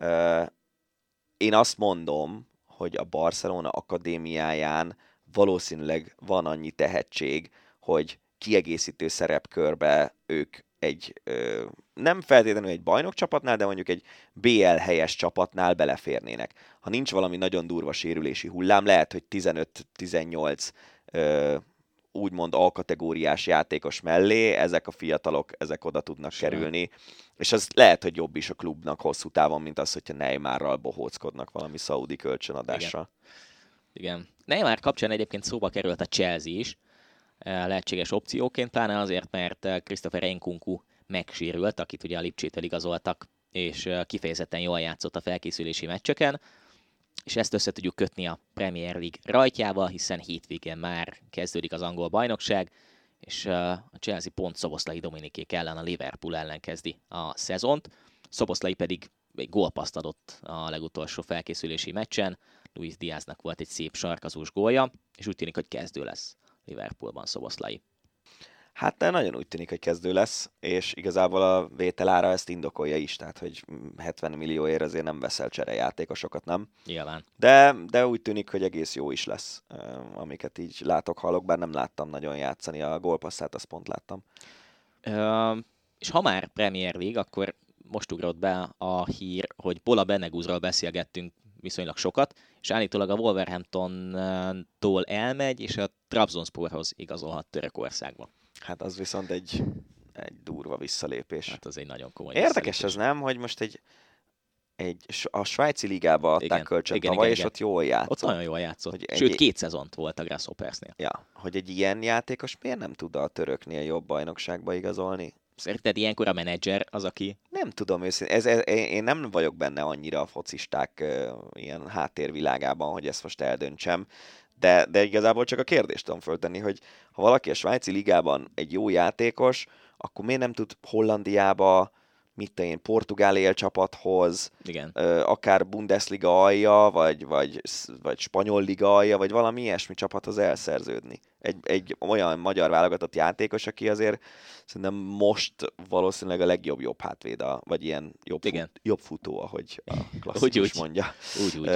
Én azt mondom, hogy a Barcelona akadémiáján valószínűleg van annyi tehetség, hogy kiegészítő szerepkörbe ők nem feltétlenül egy bajnokcsapatnál, de mondjuk egy BL helyes csapatnál beleférnének. Ha nincs valami nagyon durva sérülési hullám, lehet, hogy 15-18 úgymond A-kategóriás játékos mellé ezek a fiatalok, ezek oda tudnak kerülni, és az lehet, hogy jobb is a klubnak hosszú távon, mint az, hogyha Neymarral bohóckodnak valami szaudi kölcsönadással. Igen. Neymar kapcsán egyébként szóba került a Chelsea is, lehetséges opcióként, pláne azért, mert Christopher Nkunku megsérült, akit ugye a Lipcsétől igazoltak, és kifejezetten jól játszott a felkészülési meccseken, és ezt össze tudjuk kötni a Premier League rajtjával, hiszen hétvégén már kezdődik az angol bajnokság, és a Chelsea pont Szoboszlai Dominikék ellen, a Liverpool ellen kezdi a szezont. Szoboszlai pedig egy gólpasszt adott a legutolsó felkészülési meccsen, Luis Diaznak volt egy szép sarkazós gólja, és úgy tűnik, hogy kezdő lesz Liverpoolban Szoboszlai. Hát nagyon úgy tűnik, hogy kezdő lesz, és igazából a vételára ezt indokolja is, tehát hogy 70 millióért azért nem veszel cserejátékosokat, nem? Nyilván. De úgy tűnik, hogy egész jó is lesz, amiket így látok, hallok, bár nem láttam nagyon játszani a gólpasszát, azt pont láttam. És ha már Premier League, akkor most ugrott be a hír, hogy Bola Beneguzról beszélgettünk viszonylag sokat, és állítólag a Wolverhamptontól elmegy, és a Trabzonsporhoz igazolhat Törökországba. Hát az viszont egy durva visszalépés. Hát az egy nagyon komoly érdekes ez, nem? Hogy most a svájci ligába adták kölcsön tavaly, és ott jól játszott. Ott nagyon jól játszott. Sőt, 2 szezont volt a Grasshoppersnél. Ja, hogy egy ilyen játékos miért nem tud a töröknél jobb bajnokságba igazolni? Szerinted ilyenkor a menedzser az, aki... Nem tudom őszintén. Én nem vagyok benne annyira a focisták ilyen háttérvilágában, hogy ezt most eldöntsem. De igazából csak a kérdést tudom föltenni, hogy ha valaki a svájci ligában egy jó játékos, akkor miért nem tud Hollandiába, portugál élcsapathoz, igen. Akár Bundesliga alja, vagy spanyol liga alja, vagy valami ilyesmi csapathoz elszerződni. Egy olyan magyar válogatott játékos, aki azért szerintem most valószínűleg a legjobb jobb hátvéd, vagy ilyen jobb futó, ahogy a klasszikus mondja. Úgy.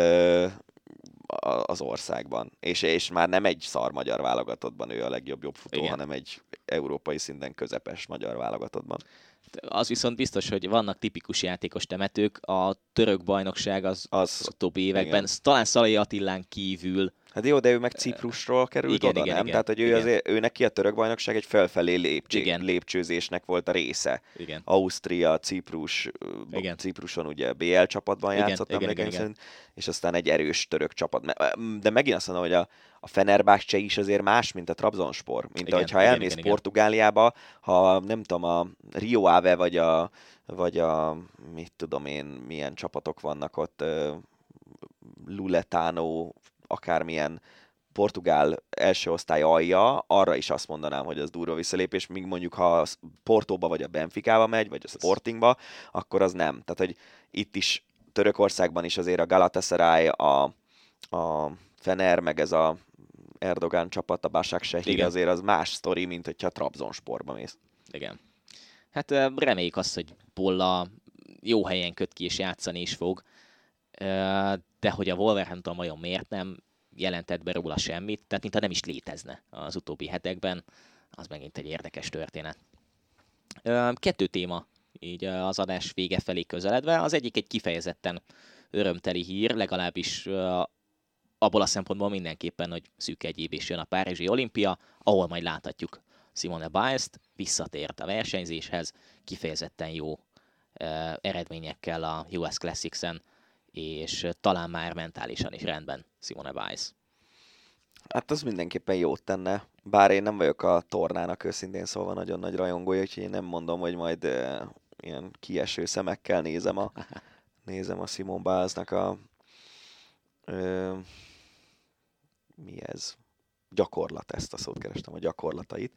Az országban. És már nem egy szar magyar válogatottban ő a legjobb jobb futó, hanem egy európai szinten közepes magyar válogatottban. Az viszont biztos, hogy vannak tipikus játékos temetők, a török bajnokság az utóbbi években, talán Szalai Attilán kívül. Hát jó, de ő meg Ciprusról került oda, nem? Tehát, hogy ő neki a török bajnokság egy felfelé lépcsőzésnek volt a része. Igen. Ausztria, Cipruson ugye BL csapatban játszott, emlékeim szerint, és aztán egy erős török csapat. De megint azt mondom, hogy a Fenerbahce is azért más, mint a Trabzonspor. Mint ahogyha elmész Portugáliába, ha nem tudom, a Rio Ave vagy a mit tudom én, milyen csapatok vannak ott, Luletano, akármilyen portugál első osztály alja, arra is azt mondanám, hogy az durva visszalépés, míg mondjuk ha Portóba vagy a Benficába megy, vagy a Sportingba, akkor az nem. Tehát, hogy itt is Törökországban is azért a Galatasaray, a Fener, meg ez a Erdogan csapat, a Başakşehir azért az más sztori, mint hogyha Trabzonsporba mész. Igen. Hát reméljük azt, hogy Bolla jó helyen köt ki és játszani is fog, de hogy a Wolverhampton vajon miért nem jelentett be róla semmit, tehát mintha nem is létezne az utóbbi hetekben, az megint egy érdekes történet. 2 téma így az adás vége felé közeledve, az egyik egy kifejezetten örömteli hír, legalábbis abból a szempontból mindenképpen, hogy szűk egy év is jön a Párizsi olimpia, ahol majd láthatjuk Simone Biles-t, visszatért a versenyzéshez, kifejezetten jó eredményekkel a US Classics-en, és talán már mentálisan is rendben Simone Biles. Hát az mindenképpen jót tenne, bár én nem vagyok a tornának őszintén szólva nagyon nagy rajongója, úgyhogy én nem mondom, hogy majd ilyen kieső szemekkel nézem a Simone Bilesnak mi ez? Gyakorlat, ezt a szót kerestem, a gyakorlatait.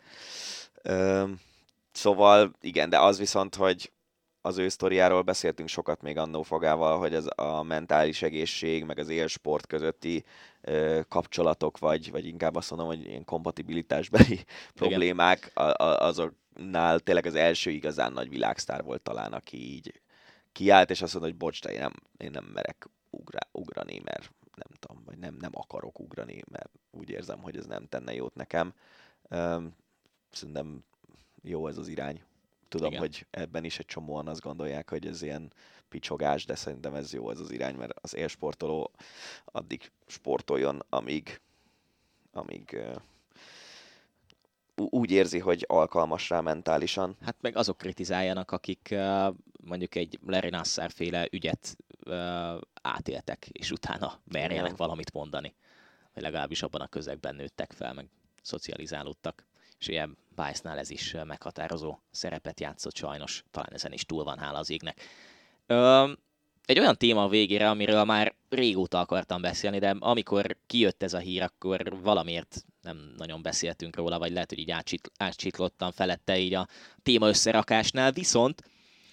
Szóval igen, de az viszont, hogy az ő sztoriáról beszéltünk sokat még annó Fogával, hogy ez a mentális egészség, meg az élsport közötti kapcsolatok, vagy inkább azt mondom, hogy ilyen kompatibilitásbeli problémák, azoknál tényleg az első igazán nagy világsztár volt talán, aki így kiállt, és azt mondta, hogy bocs, de én nem merek ugrani, mert nem tudom, vagy nem akarok ugrani, mert úgy érzem, hogy ez nem tenne jót nekem. Szerintem jó ez az irány. Tudom, igen, hogy ebben is egy csomóan azt gondolják, hogy ez ilyen picsogás, de szerintem ez jó ez az irány, mert az élsportoló addig sportoljon, amíg úgy érzi, hogy alkalmas rá mentálisan. Hát meg azok kritizáljanak, akik mondjuk egy Larry Nassar féle ügyet átéltek, és utána merjenek valamit mondani. Vagy legalábbis abban a közegben nőttek fel, meg szocializálódtak. És ilyen Biles-nál ez is meghatározó szerepet játszott sajnos. Talán ezen is túl van, hála az égnek. Egy olyan téma a végére, amiről már régóta akartam beszélni, de amikor kijött ez a hír, akkor valamiért nem nagyon beszéltünk róla, vagy lehet, hogy így átcsitlottam felette így a téma összerakásnál, viszont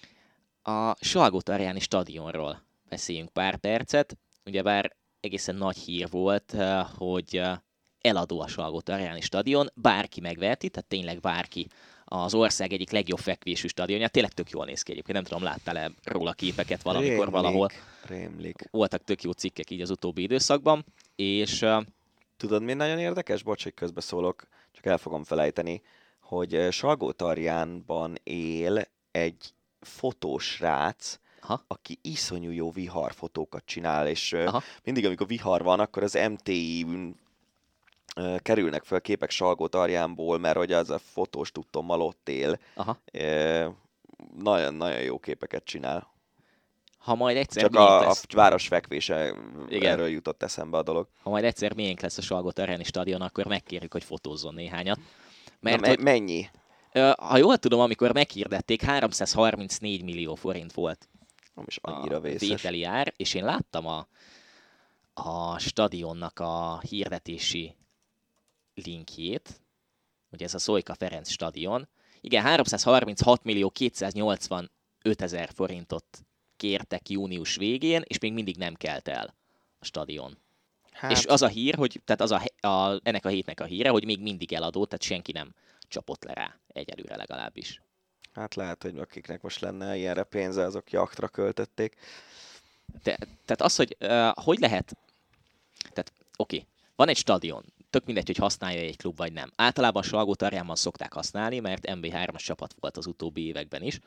a Salgótarjáni stadionról beszéljünk pár percet. Ugyebár egészen nagy hír volt, hogy eladó a Salgótarjáni stadion, bárki megveheti, tehát tényleg bárki, az ország egyik legjobb fekvésű stadionja, tényleg tök jól néz ki egyébként, nem tudom, láttál-e róla képeket valamikor valahol. Rémlik. Voltak tök jó cikkek így az utóbbi időszakban, és... Tudod, mi nagyon érdekes? Bocs, hogy közbeszólok, csak el fogom felejteni, hogy Salgótarjánban él egy fotós rác, aki iszonyú jó viharfotókat csinál, és mindig, amikor vihar van, akkor az MTI-n kerülnek fel képek Salgótarjánból, mert hogy az a fotós tudtommal ott él. Nagyon-nagyon jó képeket csinál. Ha majd egyszer csak a város fekvése, erről jutott eszembe a dolog. Ha majd egyszer miénk lesz a Salgótarjáni stadion, akkor megkérjük, hogy fotózzon néhányat. Mert hogy, mennyi? Ha jól tudom, amikor meghirdették, 334 millió forint volt annyira vételi ár, és én láttam a stadionnak a hirdetési linkjét, ugye ez a Szólyka Ferenc stadion. Igen, 336 millió 285 ezer forintot kértek június végén, és még mindig nem kelt el a stadion. Hát... És az a hír, hogy, tehát ennek a hétnek a híre, hogy még mindig eladó, tehát senki nem csapott le rá, egyelőre legalábbis. Hát lehet, hogy akiknek most lenne ilyenre pénze, azok jachtra költötték. Tehát az, hogy lehet, tehát oké, van egy stadion, tök mindegy, hogy használja egy klub vagy nem. Általában Salgótarjánban szokták használni, mert MB3-as csapat volt az utóbbi években is.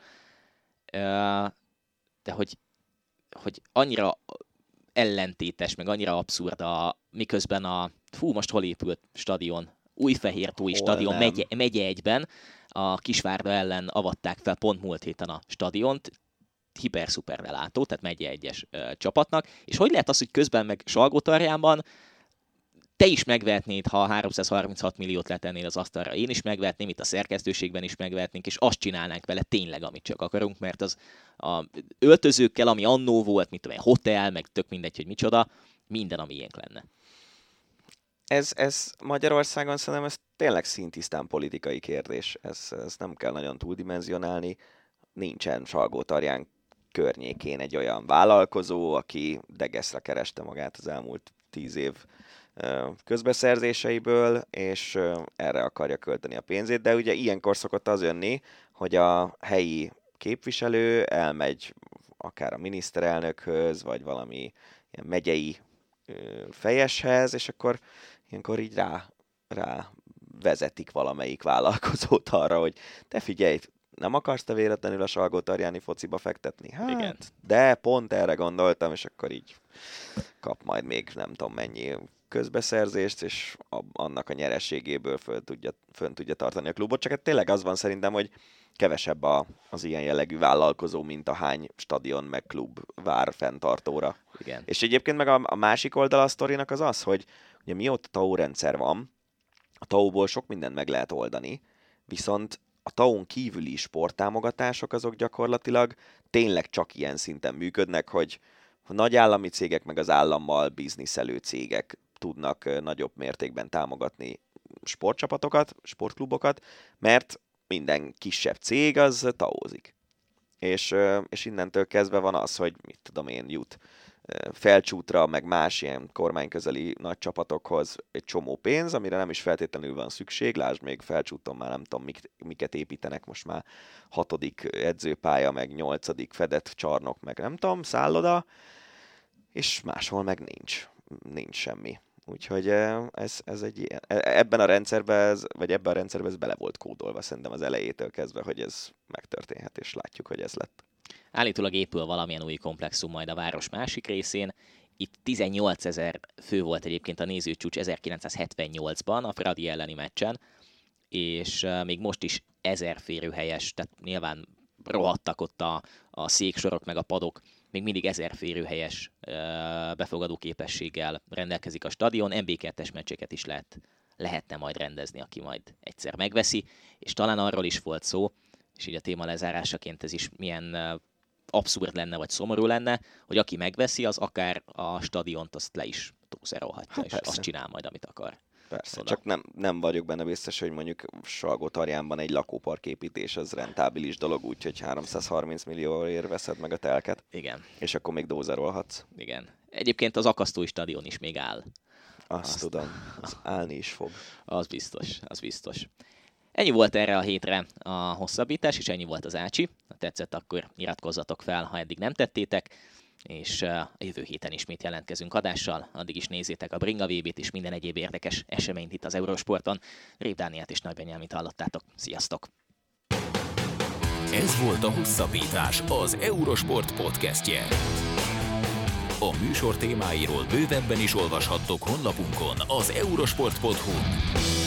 De hogy annyira ellentétes, meg annyira abszurd miközben most hol épült stadion? Újfehértói stadion megye egyben, a Kisvárda ellen avatták fel pont múlt héten a stadiont, hiper-szuper lelátó, tehát megye egyes csapatnak, és hogy lehet az, hogy közben meg Salgótarjánban te is megvehetnéd, ha 336 milliót letennél az asztalra, én is megvehetném, itt a szerkesztőségben is megvehetnénk, és azt csinálnánk vele tényleg, amit csak akarunk, mert az a öltözőkkel, ami annó volt, mint egy hotel, meg tök mindegy, hogy micsoda, minden, ami ilyenk lenne. Ez Magyarországon szerintem ez tényleg szintisztán politikai kérdés. Ez nem kell nagyon túldimenzionálni. Nincsen Salgótarján környékén egy olyan vállalkozó, aki degeszre kereste magát az elmúlt 10 év közbeszerzéseiből, és erre akarja költeni a pénzét, de ugye ilyenkor szokott az jönni, hogy a helyi képviselő elmegy akár a miniszterelnökhöz, vagy valami ilyen megyei fejeshez, és akkor ilyenkor így rá vezetik valamelyik vállalkozót arra, hogy te figyelj, nem akarsz te véletlenül a Salgótarjáni fociba fektetni? Hát, igen. De pont erre gondoltam, és akkor így kap majd még nem tudom mennyi közbeszerzést, és annak a nyereségéből fönn tudja tartani a klubot. Csak hát tényleg az van szerintem, hogy kevesebb az ilyen jellegű vállalkozó, mint a hány stadion meg klub vár fenntartóra. Igen. És egyébként meg a másik oldala a sztorinak az, hogy ugye mióta TAO rendszer van, a TAO-ból sok mindent meg lehet oldani, viszont a TAO-n kívüli sporttámogatások azok gyakorlatilag tényleg csak ilyen szinten működnek, hogy nagy állami cégek meg az állammal bizniszelő cégek tudnak nagyobb mértékben támogatni sportcsapatokat, sportklubokat, mert minden kisebb cég az taózik. És innentől kezdve van az, hogy mit tudom én, jut Felcsútra, meg más ilyen kormányközeli nagy csapatokhoz egy csomó pénz, amire nem is feltétlenül van szükség. Lásd, még Felcsúton már nem tudom, miket építenek most már 6. edzőpálya, meg 8. fedett csarnok, meg nem tudom, szálloda, és máshol meg nincs semmi. Úgyhogy ez egy ilyen, ebben a rendszerben ez bele volt kódolva szerintem az elejétől kezdve, hogy ez megtörténhet, és látjuk, hogy ez lett. Állítólag épül valamilyen új komplexum majd a város másik részén. Itt 18 000 fő volt egyébként a nézőcsúcs 1978-ban a Fradi elleni meccsen, és még most is 1000 férőhelyes, tehát nyilván rohadtak ott a széksorok meg a padok, még mindig 1000 férőhelyes befogadó képességgel rendelkezik a stadion, MB2-es meccseket is lehetne majd rendezni, aki majd egyszer megveszi, és talán arról is volt szó, és így a téma lezárásaként ez is milyen abszurd lenne, vagy szomorú lenne, hogy aki megveszi, az akár a stadiont azt le is túlzerolhatja, és persze. Azt csinál majd, amit akar. Persze, Oda. csak nem vagyok benne biztos, hogy mondjuk Salgótarjánban egy lakóparképítés az rentábilis dolog, úgyhogy 330 millióért veszed meg a telket. Igen. És akkor még dózerolhatsz. Igen. Egyébként az akasztói stadion is még áll. Azt tudom, az állni is fog. Az biztos. Ennyi volt erre a hétre a hosszabbítás, és ennyi volt az Ácsi. Ha tetszett, akkor iratkozzatok fel, ha eddig nem tettétek, és a jövő héten ismét jelentkezünk adással. Addig is nézzétek a Bringa VB-t és minden egyéb érdekes eseményt itt az Eurosporton. Rév Dánielt és Nagy Benyámit hallottátok. Sziasztok! Ez volt a Hosszabbítás, az Eurosport podcastje. A műsor témáiról bővebben is olvashattok honlapunkon, az eurosport.hu.